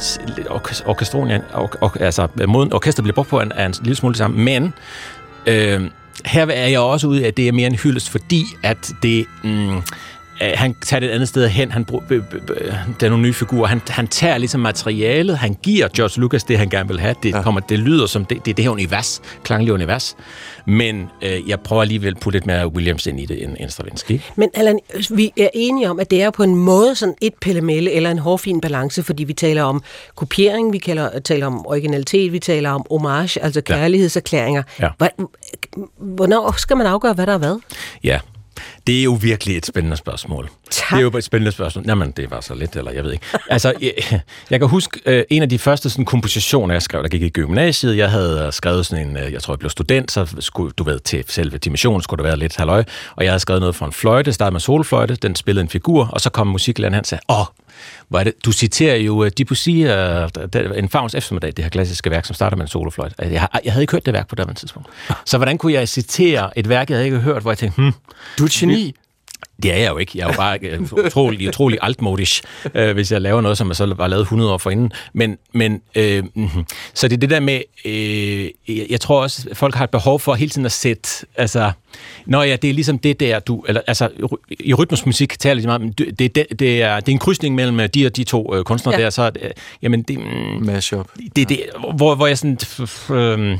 måden orkestret bliver brugt på er en lille smule det samme, men her er jeg også ude af, at det er mere en hyldest, fordi at det... han tager det et andet sted hen, der er nogle nye figurer, han tager ligesom materialet, han giver George Lucas det, han gerne vil have, det lyder som det her univers, klanglige univers, men jeg prøver alligevel at putte lidt mere Williams ind i det end Stravinsky. Men Allan, vi er enige om, at det er på en måde sådan et pille-melle eller en hårfin balance, fordi vi taler om kopiering, vi taler om originalitet, vi taler om homage, altså kærlighedserklæringer. Ja. Hvornår skal man afgøre, hvad der er hvad? Ja. Det er jo virkelig et spændende spørgsmål. Tak. Det er jo et spændende spørgsmål. Jamen, det var så lidt, eller jeg ved ikke. Altså, jeg kan huske en af de første sådan, kompositioner, jeg skrev, der gik i gymnasiet. Jeg havde skrevet sådan en, jeg tror, jeg blev student, så skulle du ved, til selve dimensionen skulle der være lidt halløj. Og jeg havde skrevet noget for en fløjte, startede med solfløjte, den spillede en figur, og så kom musiklæreren, han sagde, hvor er det? Du citerer jo Debussy, En Fauns eftermiddag, det her klassiske værk, som starter med en solofløjte. Jeg havde ikke hørt det værk på det tidspunkt. Så hvordan kunne jeg citere et værk, jeg havde ikke hørt, hvor jeg tænkte, du er et geni. Det er jeg jo ikke. Jeg er jo bare utrolig altmodisk, hvis jeg laver noget, som jeg så var lavet 100 år forinden. Men så det er det der med, jeg tror også, at folk har et behov for hele tiden at sætte, altså, det er ligesom det der, i rytmisk musik taler de meget om, det er en krydsning mellem de og de to kunstnere der, så jamen det... Mashup. Hvor jeg sådan...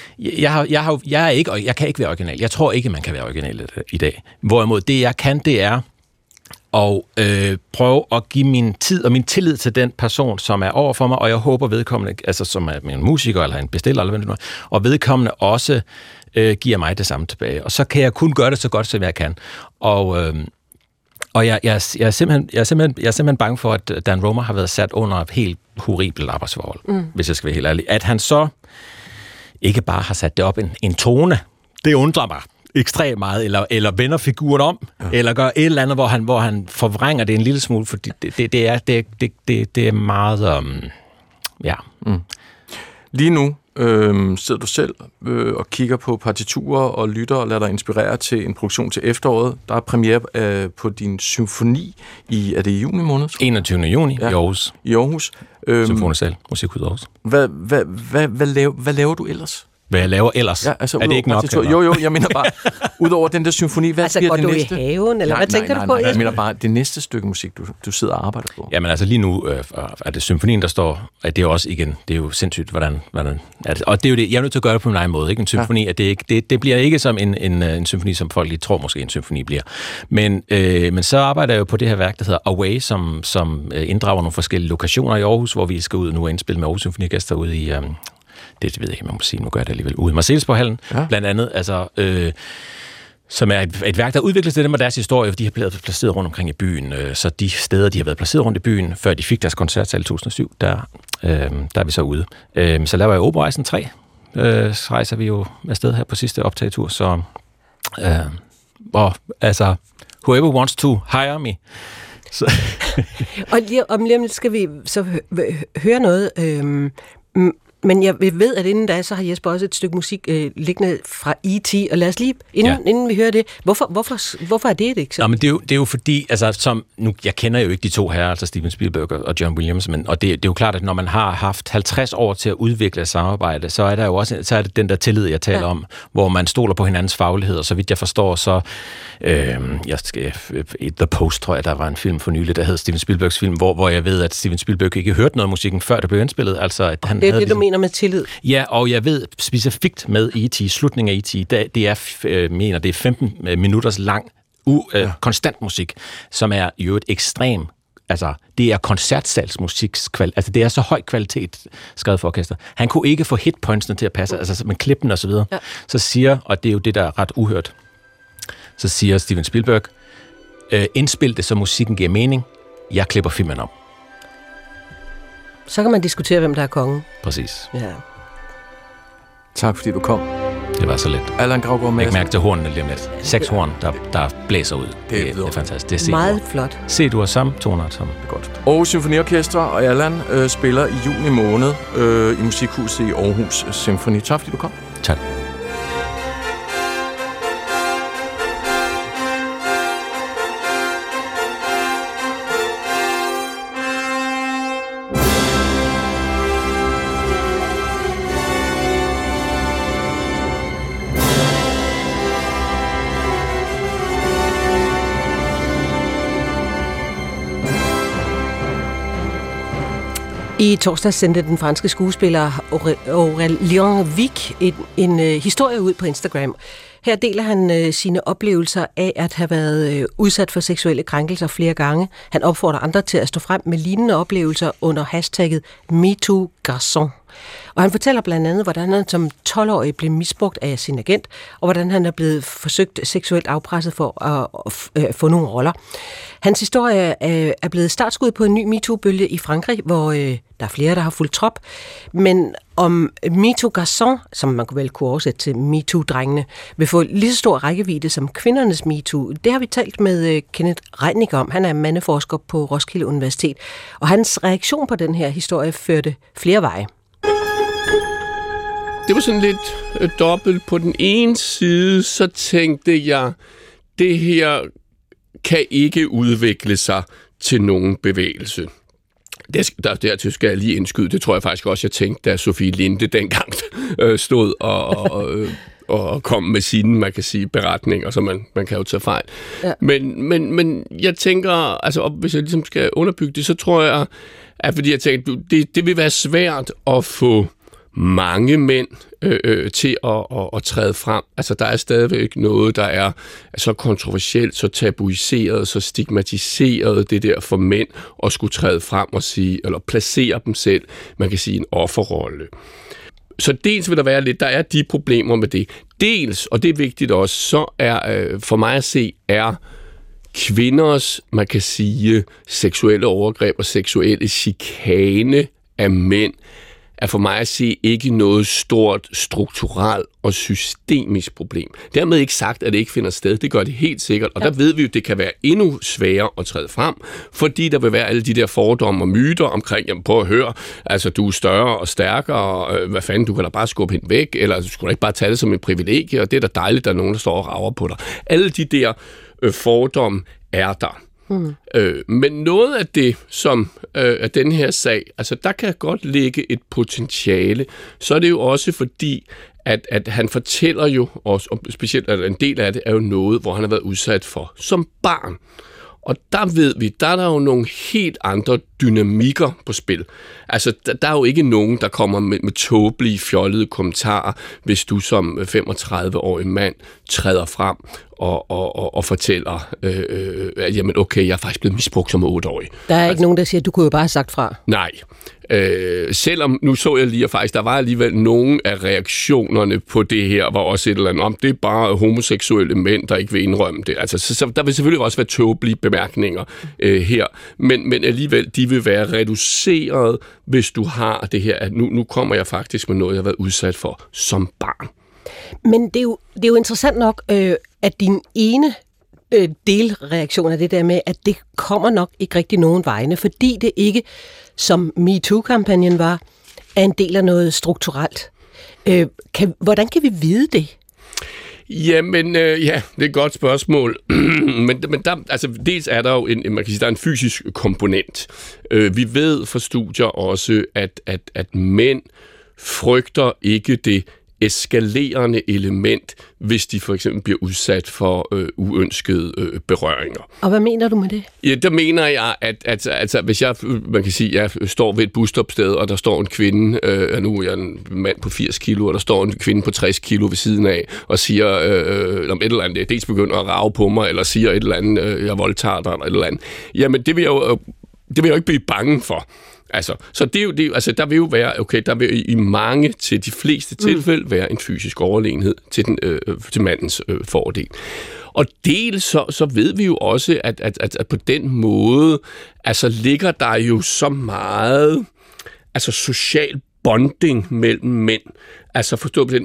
Jeg kan ikke være original. Jeg tror ikke, man kan være original i dag. Hvorimod det, jeg kan, det er at prøve at give min tid og min tillid til den person, som er over for mig, og jeg håber vedkommende, altså som er en musiker eller en bestiller, eller hvad det nu er, og vedkommende også giver mig det samme tilbage. Og så kan jeg kun gøre det så godt, som jeg kan. Og jeg er simpelthen bange for, at Dan Romer har været sat under et helt horribelt arbejdsforhold, hvis jeg skal være helt ærlig. At han så ikke bare har sat det op en tone, det undrer mig ekstremt meget, eller vender figuren om, eller gør et eller andet, hvor han forvrænger det en lille smule, for det er meget... Lige nu sidder du selv og kigger på partiturer og lytter og lader dig inspirere til en produktion til efteråret. Der er premiere på din symfoni er det i juni måned? 21. juni i Aarhus. I Aarhus. Symfonisal, Musikhus Aarhus. Hvad laver du ellers? Hvad jeg laver ellers? Ja, altså, er det ikke nok? Jo, jeg mener bare, udover den der symfoni, hvad bliver det næste? Altså, går du i haven, eller hvad tænker du på? Nej, jeg mener bare, det næste stykke musik, du sidder og arbejder på. Jamen altså, lige nu er det symfonien, der står, at det er også igen, det er jo sindssygt, hvordan er det. Og det er jo det, jeg er nødt til at gøre det på min egen måde, ikke? En symfoni, at det bliver ikke som en symfoni, som folk lige tror måske en symfoni bliver. Men så arbejder jeg jo på det her værk, der hedder Away, som inddrager nogle forskellige lokationer i Aarhus, hvor vi skal ud nu og indspille med Aarhus Symfoniorkester ude i... det ved jeg ikke, man må sige, nu gør jeg det alligevel, ude i Marselisborg-hallen, blandt andet, altså, som er et værk, der udvikles til dem og deres historie, for de har blevet placeret rundt omkring i byen, så de steder, de har været placeret rundt i byen, før de fik deres koncertsal i 2007, der er vi så ude. Så laver jeg Operarejsen 3, så rejser vi jo afsted her på sidste optagetur, så altså, whoever wants to hire me. Og lige om lidt skal vi så høre noget. Men jeg ved, at inden da, så har Jesper også et stykke musik liggende fra E.T., og lad os lige, inden vi hører det, hvorfor er det et eksempel? Nå, men det er jo fordi, altså jeg kender jo ikke de to herrer, altså Steven Spielberg og John Williams, og det er jo klart, at når man har haft 50 år til at udvikle et samarbejde, så er der jo også så er det den der tillid, jeg taler om, hvor man stoler på hinandens faglighed, og så vidt jeg forstår, så The Post, tror jeg, der var en film for nylig, der hed Steven Spielbergs film, hvor jeg ved, at Steven Spielberg ikke hørte noget af musikken, før det blev indspillet. Altså, at han det er havde det, du mener med tillid? Ja, og jeg ved specifikt med E.T., slutningen af E.T., det er 15 minutters lang, konstant musik, som er jo et ekstrem, altså det er koncertsalsmusik, altså det er så høj kvalitet skrevet for orkester. Han kunne ikke få hitpointsene til at passe, altså med klippen og så videre. Ja. Så siger, og det er jo det, der er ret uhørt, så siger Steven Spielberg, indspil det, så musikken giver mening, jeg klipper filmen om. Så kan man diskutere, hvem der er kongen. Præcis. Ja. Tak fordi du kom. Det var så let. Allan Gravgaard Madsen. Læg mærke til hornene lige om lidt. 6 horn, der blæser ud. Det er fantastisk. Det er meget flot. Se, du har samme toner som. Det er godt. Aarhus Symfoniorkester og Allan spiller i juni måned i Musikhuset i Aarhus Symfoni. Tak fordi du kom. Tak. I torsdag sendte den franske skuespiller Aurélien Vic en historie ud på Instagram. Her deler han sine oplevelser af at have været udsat for seksuelle krænkelser flere gange. Han opfordrer andre til at stå frem med lignende oplevelser under hashtagget MeTooGarçon. Og han fortæller blandt andet, hvordan han som 12-årig blev misbrugt af sin agent, og hvordan han er blevet forsøgt seksuelt afpresset for at få nogle roller. Hans historie er blevet startskud på en ny MeToo-bølge i Frankrig, hvor der er flere, der har fulgt trop. Men om MeTooGarçon, som man vel kunne oversætte til MeToo-drengene, vil få lige så stor rækkevidde som kvindernes MeToo. Det har vi talt med Kenneth Reinicke om. Han er mandeforsker på Roskilde Universitet. Og hans reaktion på den her historie førte flere veje. Det var sådan lidt dobbelt. På den ene side, så tænkte jeg, det her kan ikke udvikle sig til nogen bevægelse. Dertil skal jeg lige indskyde, det tror jeg faktisk også, jeg tænkte, da Sofie Linde dengang stod og kom med sine, man kan sige, beretninger, så man kan jo tage fejl. Ja. Men jeg tænker, altså hvis jeg ligesom skal underbygge det, så tror jeg, at fordi jeg tænkte, det vil være svært at få mange mænd til at træde frem. Altså, der er stadigvæk noget, der er så kontroversielt, så tabuiseret, så stigmatiseret, det der for mænd at skulle træde frem og sige, eller placere dem selv, man kan sige, en offerrolle. Så dels vil der være lidt, der er de problemer med det. Dels, og det er vigtigt også, så er for mig at se, er kvinders, man kan sige, seksuelle overgreb og seksuelle chikane af mænd, er for mig at se ikke noget stort, strukturelt og systemisk problem. Dermed ikke sagt, at det ikke finder sted. Det gør det helt sikkert. Og der ved vi jo, at det kan være endnu sværere at træde frem, fordi der vil være alle de der fordomme og myter omkring, jamen prøv at høre, altså du er større og stærkere, hvad fanden, du kan da bare skubbe hende væk, eller du skulle ikke bare tage det som en privilegie, og det er da dejligt, at der er nogen, der står og rager på dig. Alle de der fordomme er der. Men noget af det, som er den her sag, altså der kan godt ligge et potentiale, så er det jo også fordi, at han fortæller jo også, og specielt at en del af det er jo noget, hvor han har været udsat for som barn. Og der ved vi, der er der jo nogle helt andre dynamikker på spil. Altså, der er jo ikke nogen, der kommer med tåbelige, fjollede kommentarer, hvis du som 35-årig mand træder frem og fortæller, at jamen okay, jeg er faktisk blevet misbrugt som 8-årig. Der er ikke nogen, der siger, at du kunne jo bare have sagt fra. Nej. Selvom, nu så jeg lige, at faktisk, der var alligevel nogle af reaktionerne på det her, var også et eller andet om, det er bare homoseksuelle mænd, der ikke vil indrømme det. Altså, så der vil selvfølgelig også være tåbelige bemærkninger her, men alligevel, de vil være reduceret, hvis du har det her, at nu kommer jeg faktisk med noget, jeg har været udsat for som barn. Men det er jo interessant nok, at din ene delreaktion af det der med, at det kommer nok ikke rigtig nogen vegne, fordi det ikke, som MeToo-kampagnen var, er en del af noget strukturelt. Hvordan kan vi vide det? Jamen, det er et godt spørgsmål. men der, altså, dels er der jo man kan sige, der er en fysisk komponent. Vi ved fra studier også, at mænd frygter ikke det eskalerende element, hvis de for eksempel bliver udsat for uønskede berøringer. Og hvad mener du med det? Ja, der mener jeg, at hvis man kan sige, jeg står ved et busstopsted, og der står en kvinde, nu er jeg en mand på 80 kilo, og der står en kvinde på 60 kilo ved siden af, og siger om et eller andet, dels begynder at rage på mig, eller siger et eller andet, jeg voldtager dig, eller et eller andet. Jamen, det vil jeg jo ikke blive bange for. Altså, så altså, der vil jo være, okay, der vil i mange til de fleste tilfælde være en fysisk overlegenhed til mandens fordel. Og dels så ved vi jo også, at på den måde, altså ligger der jo så meget altså social bonding mellem mænd. Altså forstå på den,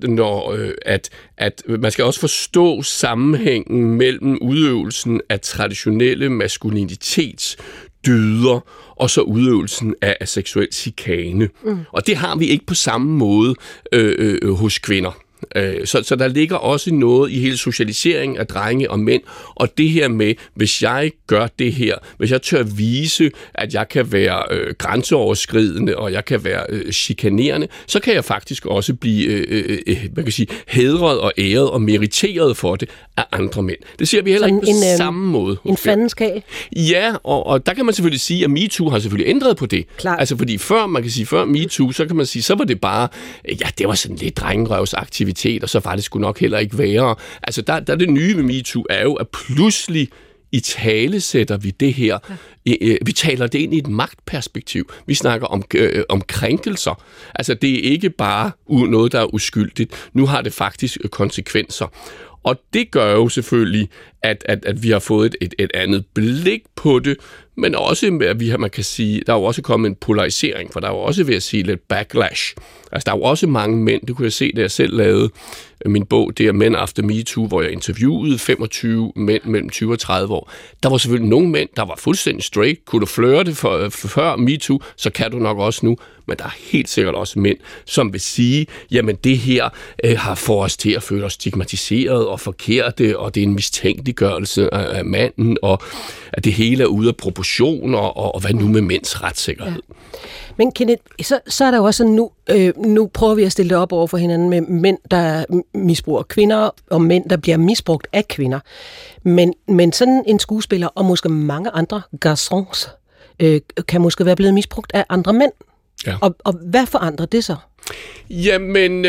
at man skal også forstå sammenhængen mellem udøvelsen af traditionelle maskulinitetsdyder og så udøvelsen af seksuel chikane. Og det har vi ikke på samme måde hos kvinder. Så der ligger også noget i hele socialiseringen af drenge og mænd, og det her med, hvis jeg gør det her, hvis jeg tør vise, at jeg kan være grænseoverskridende, og jeg kan være chikanerende, så kan jeg faktisk også blive man kan sige, hædret og æret og meriteret for det af andre mænd. Det ser vi heller ikke på samme måde. En fandenskab? Ja, og der kan man selvfølgelig sige, at MeToo har selvfølgelig ændret på det. Klar. Altså fordi før MeToo, så kan man sige, så var det bare, ja, det var sådan lidt drengerøvsaktivitet, og så var det sgu nok heller ikke værre. Altså, der det nye ved MeToo er jo, at pludselig italesætter vi det her. Ja. Vi taler det ind i et magtperspektiv. Vi snakker om krænkelser. Altså, det er ikke bare noget, der er uskyldigt. Nu har det faktisk konsekvenser. Og det gør jo selvfølgelig, at vi har fået et andet blik på det, men også, at man kan sige, der er jo også kommet en polarisering, for der er jo også ved at sige lidt backlash. Altså, der er jo også mange mænd, det kunne jeg se, da jeg selv lavede min bog, det er Men After MeToo, hvor jeg interviewede 25 mænd mellem 20 og 30 år. Der var selvfølgelig nogle mænd, der var fuldstændig straight. Kunne du flirte før MeToo, så kan du nok også nu. Men der er helt sikkert også mænd, som vil sige, jamen det her har fået os til at føle os stigmatiseret og forkerte, og det er en mistænkeliggørelse af manden, og at det hele er ude af proportioner, og hvad nu med mænds retssikkerhed? Ja. Men Kenneth, så er der jo også sådan, nu prøver vi at stille det op over for hinanden med mænd, der misbruger kvinder, og mænd, der bliver misbrugt af kvinder. Men sådan en skuespiller, og måske mange andre garçons, kan måske være blevet misbrugt af andre mænd. Ja. Og hvad forandrer det så? Jamen,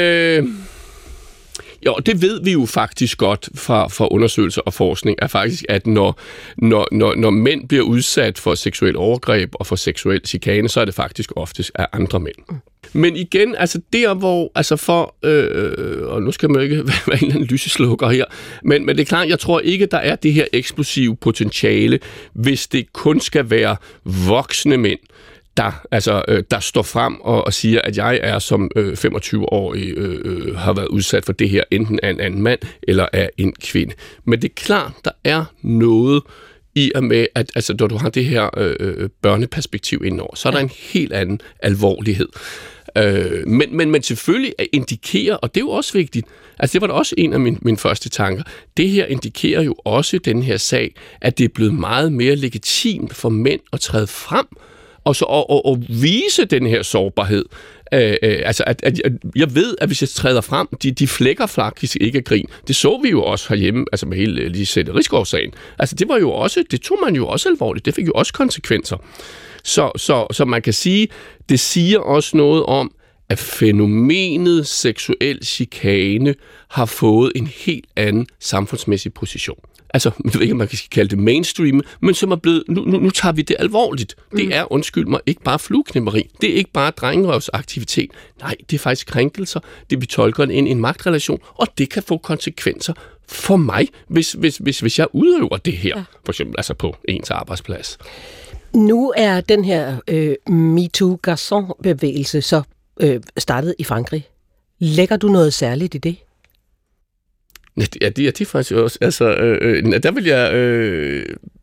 jo, det ved vi jo faktisk godt fra undersøgelser og forskning, er faktisk, at når mænd bliver udsat for seksuel overgreb og for seksuel chikane, så er det faktisk oftest af andre mænd. Men igen, altså der hvor, altså og nu skal man jo ikke være en eller anden lyseslukker her, men det er klart, jeg tror ikke, der er det her eksplosive potentiale, hvis det kun skal være voksne mænd, der står frem og siger, at jeg er som 25-årig har været udsat for det her, enten af en anden mand eller af en kvinde. Men det er klart, der er noget i og med, at altså, når du har det her børneperspektiv indover, så er der en helt anden alvorlighed. Men selvfølgelig indikerer, og det er jo også vigtigt, altså det var da også en af mine første tanker, det her indikerer jo også den her sag, at det er blevet meget mere legitimt for mænd at træde frem, og så og vise den her sårbarhed. Altså, at jeg ved, at hvis jeg træder frem, de flækker faktisk ikke af grin. Det så vi jo også herhjemme, altså med hele Lizette Risgaard-sagen. Altså, det tog man jo også alvorligt. Det fik jo også konsekvenser. Så man kan sige, det siger også noget om, at fænomenet seksuel chikane har fået en helt anden samfundsmæssig position. Altså, jeg ved ikke, man kan kalde det mainstream, men som er blevet, nu tager vi det alvorligt. Det er, undskyld mig, ikke bare flueknemmeri. Det er ikke bare drengerøvsaktivitet. Nej, det er faktisk krænkelser. Det vi tolker ind i en magtrelation, og det kan få konsekvenser for mig, hvis jeg udøver det her, for eksempel altså på ens arbejdsplads. Nu er den her MeToo-garçon-bevægelse så startet i Frankrig. Lægger du noget særligt i det? Ja, det er faktisk også. Altså, der vil jeg...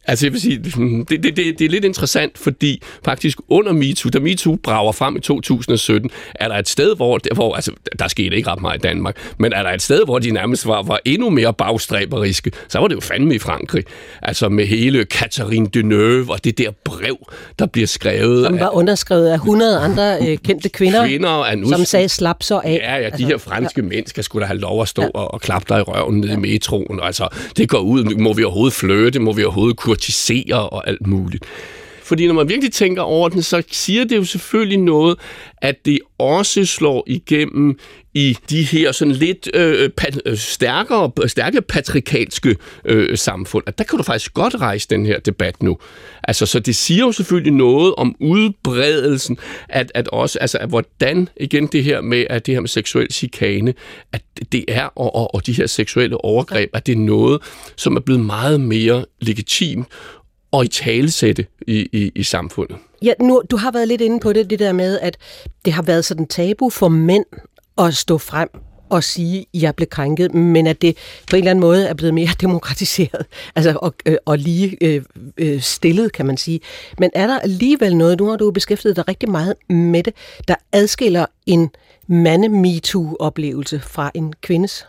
Altså, jeg vil sige, det er lidt interessant, fordi faktisk under MeToo, da MeToo brager frem i 2017, er der et sted, hvor altså, der skete ikke ret meget i Danmark, men er der et sted, hvor de nærmest var endnu mere bagstræberiske, så var det jo fandme i Frankrig. Altså med hele Catherine Deneuve og det der brev, der bliver skrevet. Som var underskrevet af 100 andre kendte kvinder som sagde slap så af. Ja, de her franske mænd skal sgu da have lov at stå og klappe dig i røven nede i metroen. Altså, det går ud, må vi overhovedet flirte, må vi overhovedet kurtisere og alt muligt. Fordi når man virkelig tænker over den, så siger det jo selvfølgelig noget, at det også slår igennem i de her sådan lidt stærke patriarkalske samfund. At der kan du faktisk godt rejse den her debat nu. Altså, så det siger jo selvfølgelig noget om udbredelsen, at også, altså, at hvordan, igen det her med seksuel chikane, at det er, og de her seksuelle overgreb, at det er noget, som er blevet meget mere legitimt og i talesætte i samfundet. Ja, nu, du har været lidt inde på det der med, at det har været sådan tabu for mænd at stå frem og sige, at jeg blev krænket, men at det på en eller anden måde er blevet mere demokratiseret, altså og lige stillet, kan man sige. Men er der alligevel noget, nu har du beskæftiget dig rigtig meget med det, der adskiller en mande-MeToo-oplevelse fra en kvindes?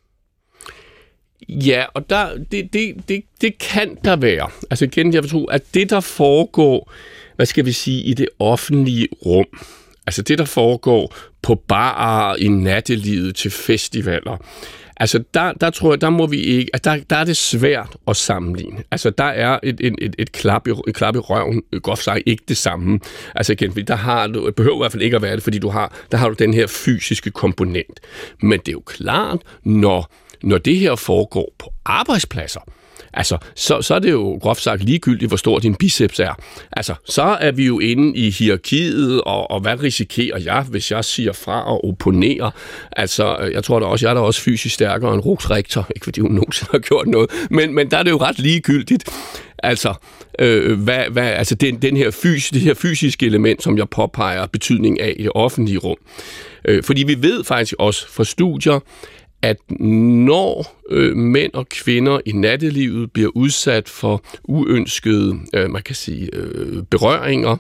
Ja, og det kan der være. Altså igen, jeg vil tro, at det, der foregår, hvad skal vi sige, i det offentlige rum, altså det, der foregår på barer, i nattelivet, til festivaler, altså der tror jeg, der må vi ikke, altså der er det svært at sammenligne. Altså der er et klap i røven, groft sagt ikke det samme. Altså igen, der har du, det behøver i hvert fald ikke at være det, fordi der har du den her fysiske komponent. Men det er jo klart, når det her foregår på arbejdspladser, altså, så er det jo groft sagt ligegyldigt, hvor stor din biceps er. Altså, så er vi jo inde i hierarkiet, og hvad risikerer jeg, hvis jeg siger fra og opponerer? Altså, jeg tror da også, jeg er da også fysisk stærkere end Rox Richter, ikke fordi hun nogensinde har gjort noget, men der er det jo ret ligegyldigt. Altså, altså det her fysiske element, som jeg påpeger betydning af i det offentlige rum. Fordi vi ved faktisk også fra studier, at når mænd og kvinder i nattelivet bliver udsat for uønskede, man kan sige, berøringer,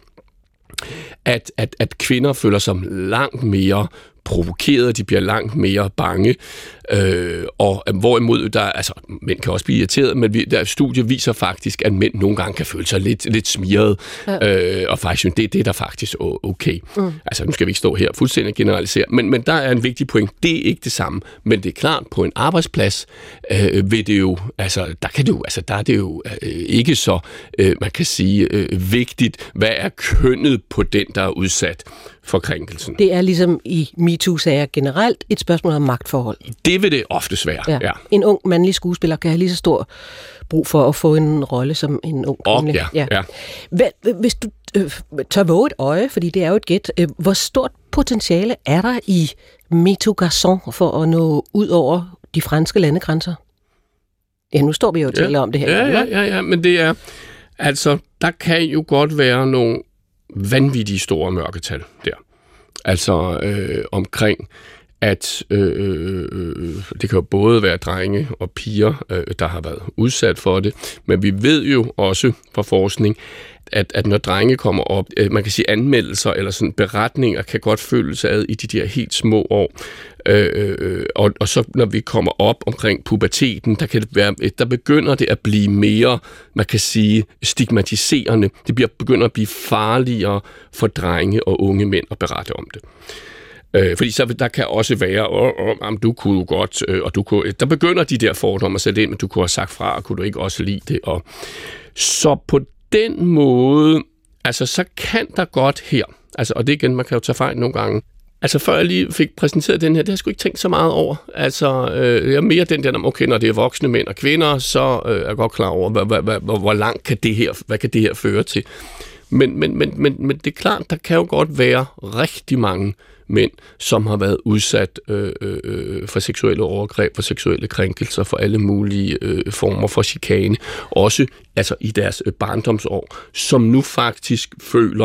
at kvinder føler sig langt mere provokeret, de bliver langt mere bange, og hvorimod altså mænd kan også blive irriteret, men der studier viser faktisk, at mænd nogle gange kan føle sig lidt smiret, og faktisk det er der faktisk okay. Altså nu skal vi ikke stå her fuldstændig generalisere, men der er en vigtig point, det er ikke det samme, men det er klart, på en arbejdsplads vil det jo, altså der er det jo ikke så, man kan sige, vigtigt, hvad er kønnet på den, der er udsat for krænkelsen. Det er ligesom i MeToo-sager generelt et spørgsmål om magtforhold. Det vil det ofte være, ja. En ung mandlig skuespiller kan have lige så stor brug for at få en rolle som en ung kvinde. Ja. Hvis du tør våge et øje, fordi det er jo et gæt, hvor stort potentiale er der i MeToo Garçon for at nå ud over de franske landegrænser? Ja, nu står vi jo og taler om det her. Ja, men det er, altså, der kan jo godt være nogle vanvittige store mørketal der. Altså omkring, at det kan jo både være drenge og piger, der har været udsat for det, men vi ved jo også fra forskning, at når drenge kommer op, man kan sige anmeldelser eller sådan beretninger, kan godt føles ad i de der helt små år. Og så når vi kommer op omkring puberteten, der begynder det at blive mere, man kan sige, stigmatiserende. Det begynder at blive farligere for drenge og unge mænd at berette om det. Fordi så der kan også være, du kunne godt, og du kunne, der begynder de der fordomme at sætte ind, men du kunne have sagt fra, og kunne du ikke også lide det. Og så på den måde, altså så kan der godt her, altså, og det igen, man kan jo tage fejl nogle gange. Altså før jeg lige fik præsenteret den her, det har jeg sgu ikke tænkt så meget over. Altså jeg er mere den der, okay, når det er voksne mænd og kvinder, så er jeg godt klar over, hvor langt kan det her, hvad kan det her føre til. Men det er klart, der kan jo godt være rigtig mange mænd, som har været udsat for seksuelle overgreb, for seksuelle krænkelser, for alle mulige former for chikane, også altså i deres barndomsår, som nu faktisk føler,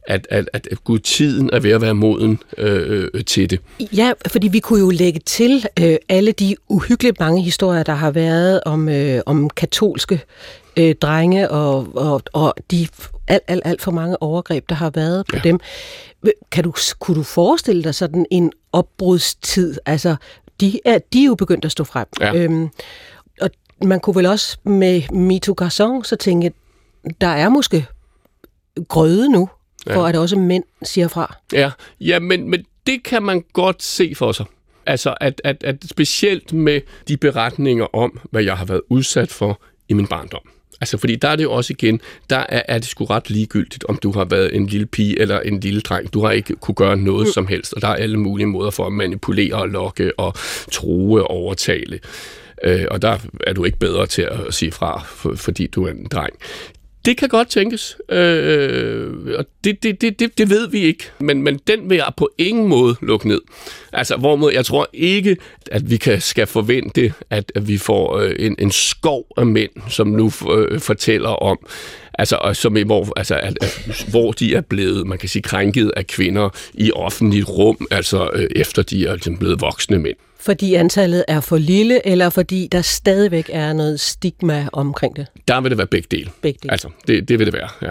at gud, tiden er ved at være moden til det. Ja, fordi vi kunne jo lægge til alle de uhyggeligt mange historier, der har været om katolske drenge og de alt for mange overgreb, der har været på dem. Kunne du forestille dig sådan en opbrudstid? Altså, de er jo begyndt at stå frem. Ja. Og man kunne vel også med Me Too Garçon så tænke, der er måske grøde nu, for at også mænd siger fra. Ja, men det kan man godt se for sig. Altså, at specielt med de beretninger om, hvad jeg har været udsat for i min barndom. Altså, fordi der er det jo også igen, der er det sgu ret ligegyldigt, om du har været en lille pige eller en lille dreng. Du har ikke kunne gøre noget som helst, og der er alle mulige måder for at manipulere og lokke og true og overtale. Og der er du ikke bedre til at sige fra, fordi du er en dreng. Det kan godt tænkes, og det ved vi ikke, men den vil jeg på ingen måde lukke ned. Altså, hvorimod jeg tror ikke, at vi skal forvente, at vi får en skov af mænd, som nu fortæller om, altså, hvor de er blevet, man kan sige, krænket af kvinder i offentligt rum, altså efter de er blevet voksne mænd. Fordi antallet er for lille, eller fordi der stadigvæk er noget stigma omkring det? Der vil det være begge dele. Altså, det vil det være, ja.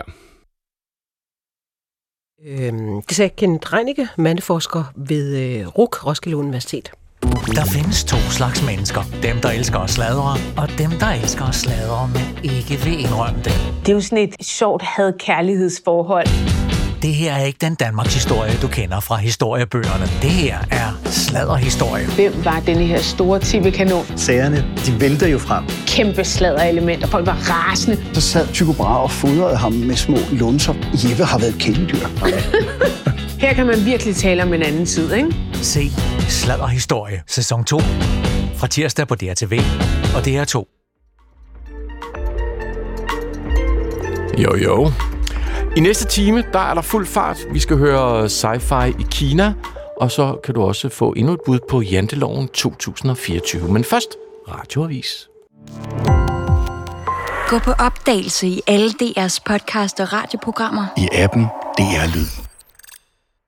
Det sagde Kenneth Reinicke, mandeforsker ved RUC, Roskilde Universitet. Der findes 2 slags mennesker. Dem, der elsker at sladre, og dem, der elsker at sladre, men ikke vil indrømme det. Det er jo sådan et sjovt had-kærlighedsforhold. Det her er ikke den Danmarks historie, du kender fra historiebøgerne. Det her er sladderhistorie. Hvem var denne her store tv-kanon? Sagerne, de vælter jo frem. Kæmpe sladderelementer. Folk var rasende. Så sad Tycho Brahe og fodrede ham med små lunser. Jeppe har været kæledyr. Her kan man virkelig tale om en anden tid, ikke? Se Sladderhistorie, sæson 2. Fra tirsdag på DRTV og DR2. Jo. I næste time, der er der fuld fart. Vi skal høre sci-fi i Kina, og så kan du også få endnu et bud på Janteloven 2024. Men først, Radioavis. Gå på opdagelse i alle DR's podcast og radioprogrammer. I appen DR Lyd.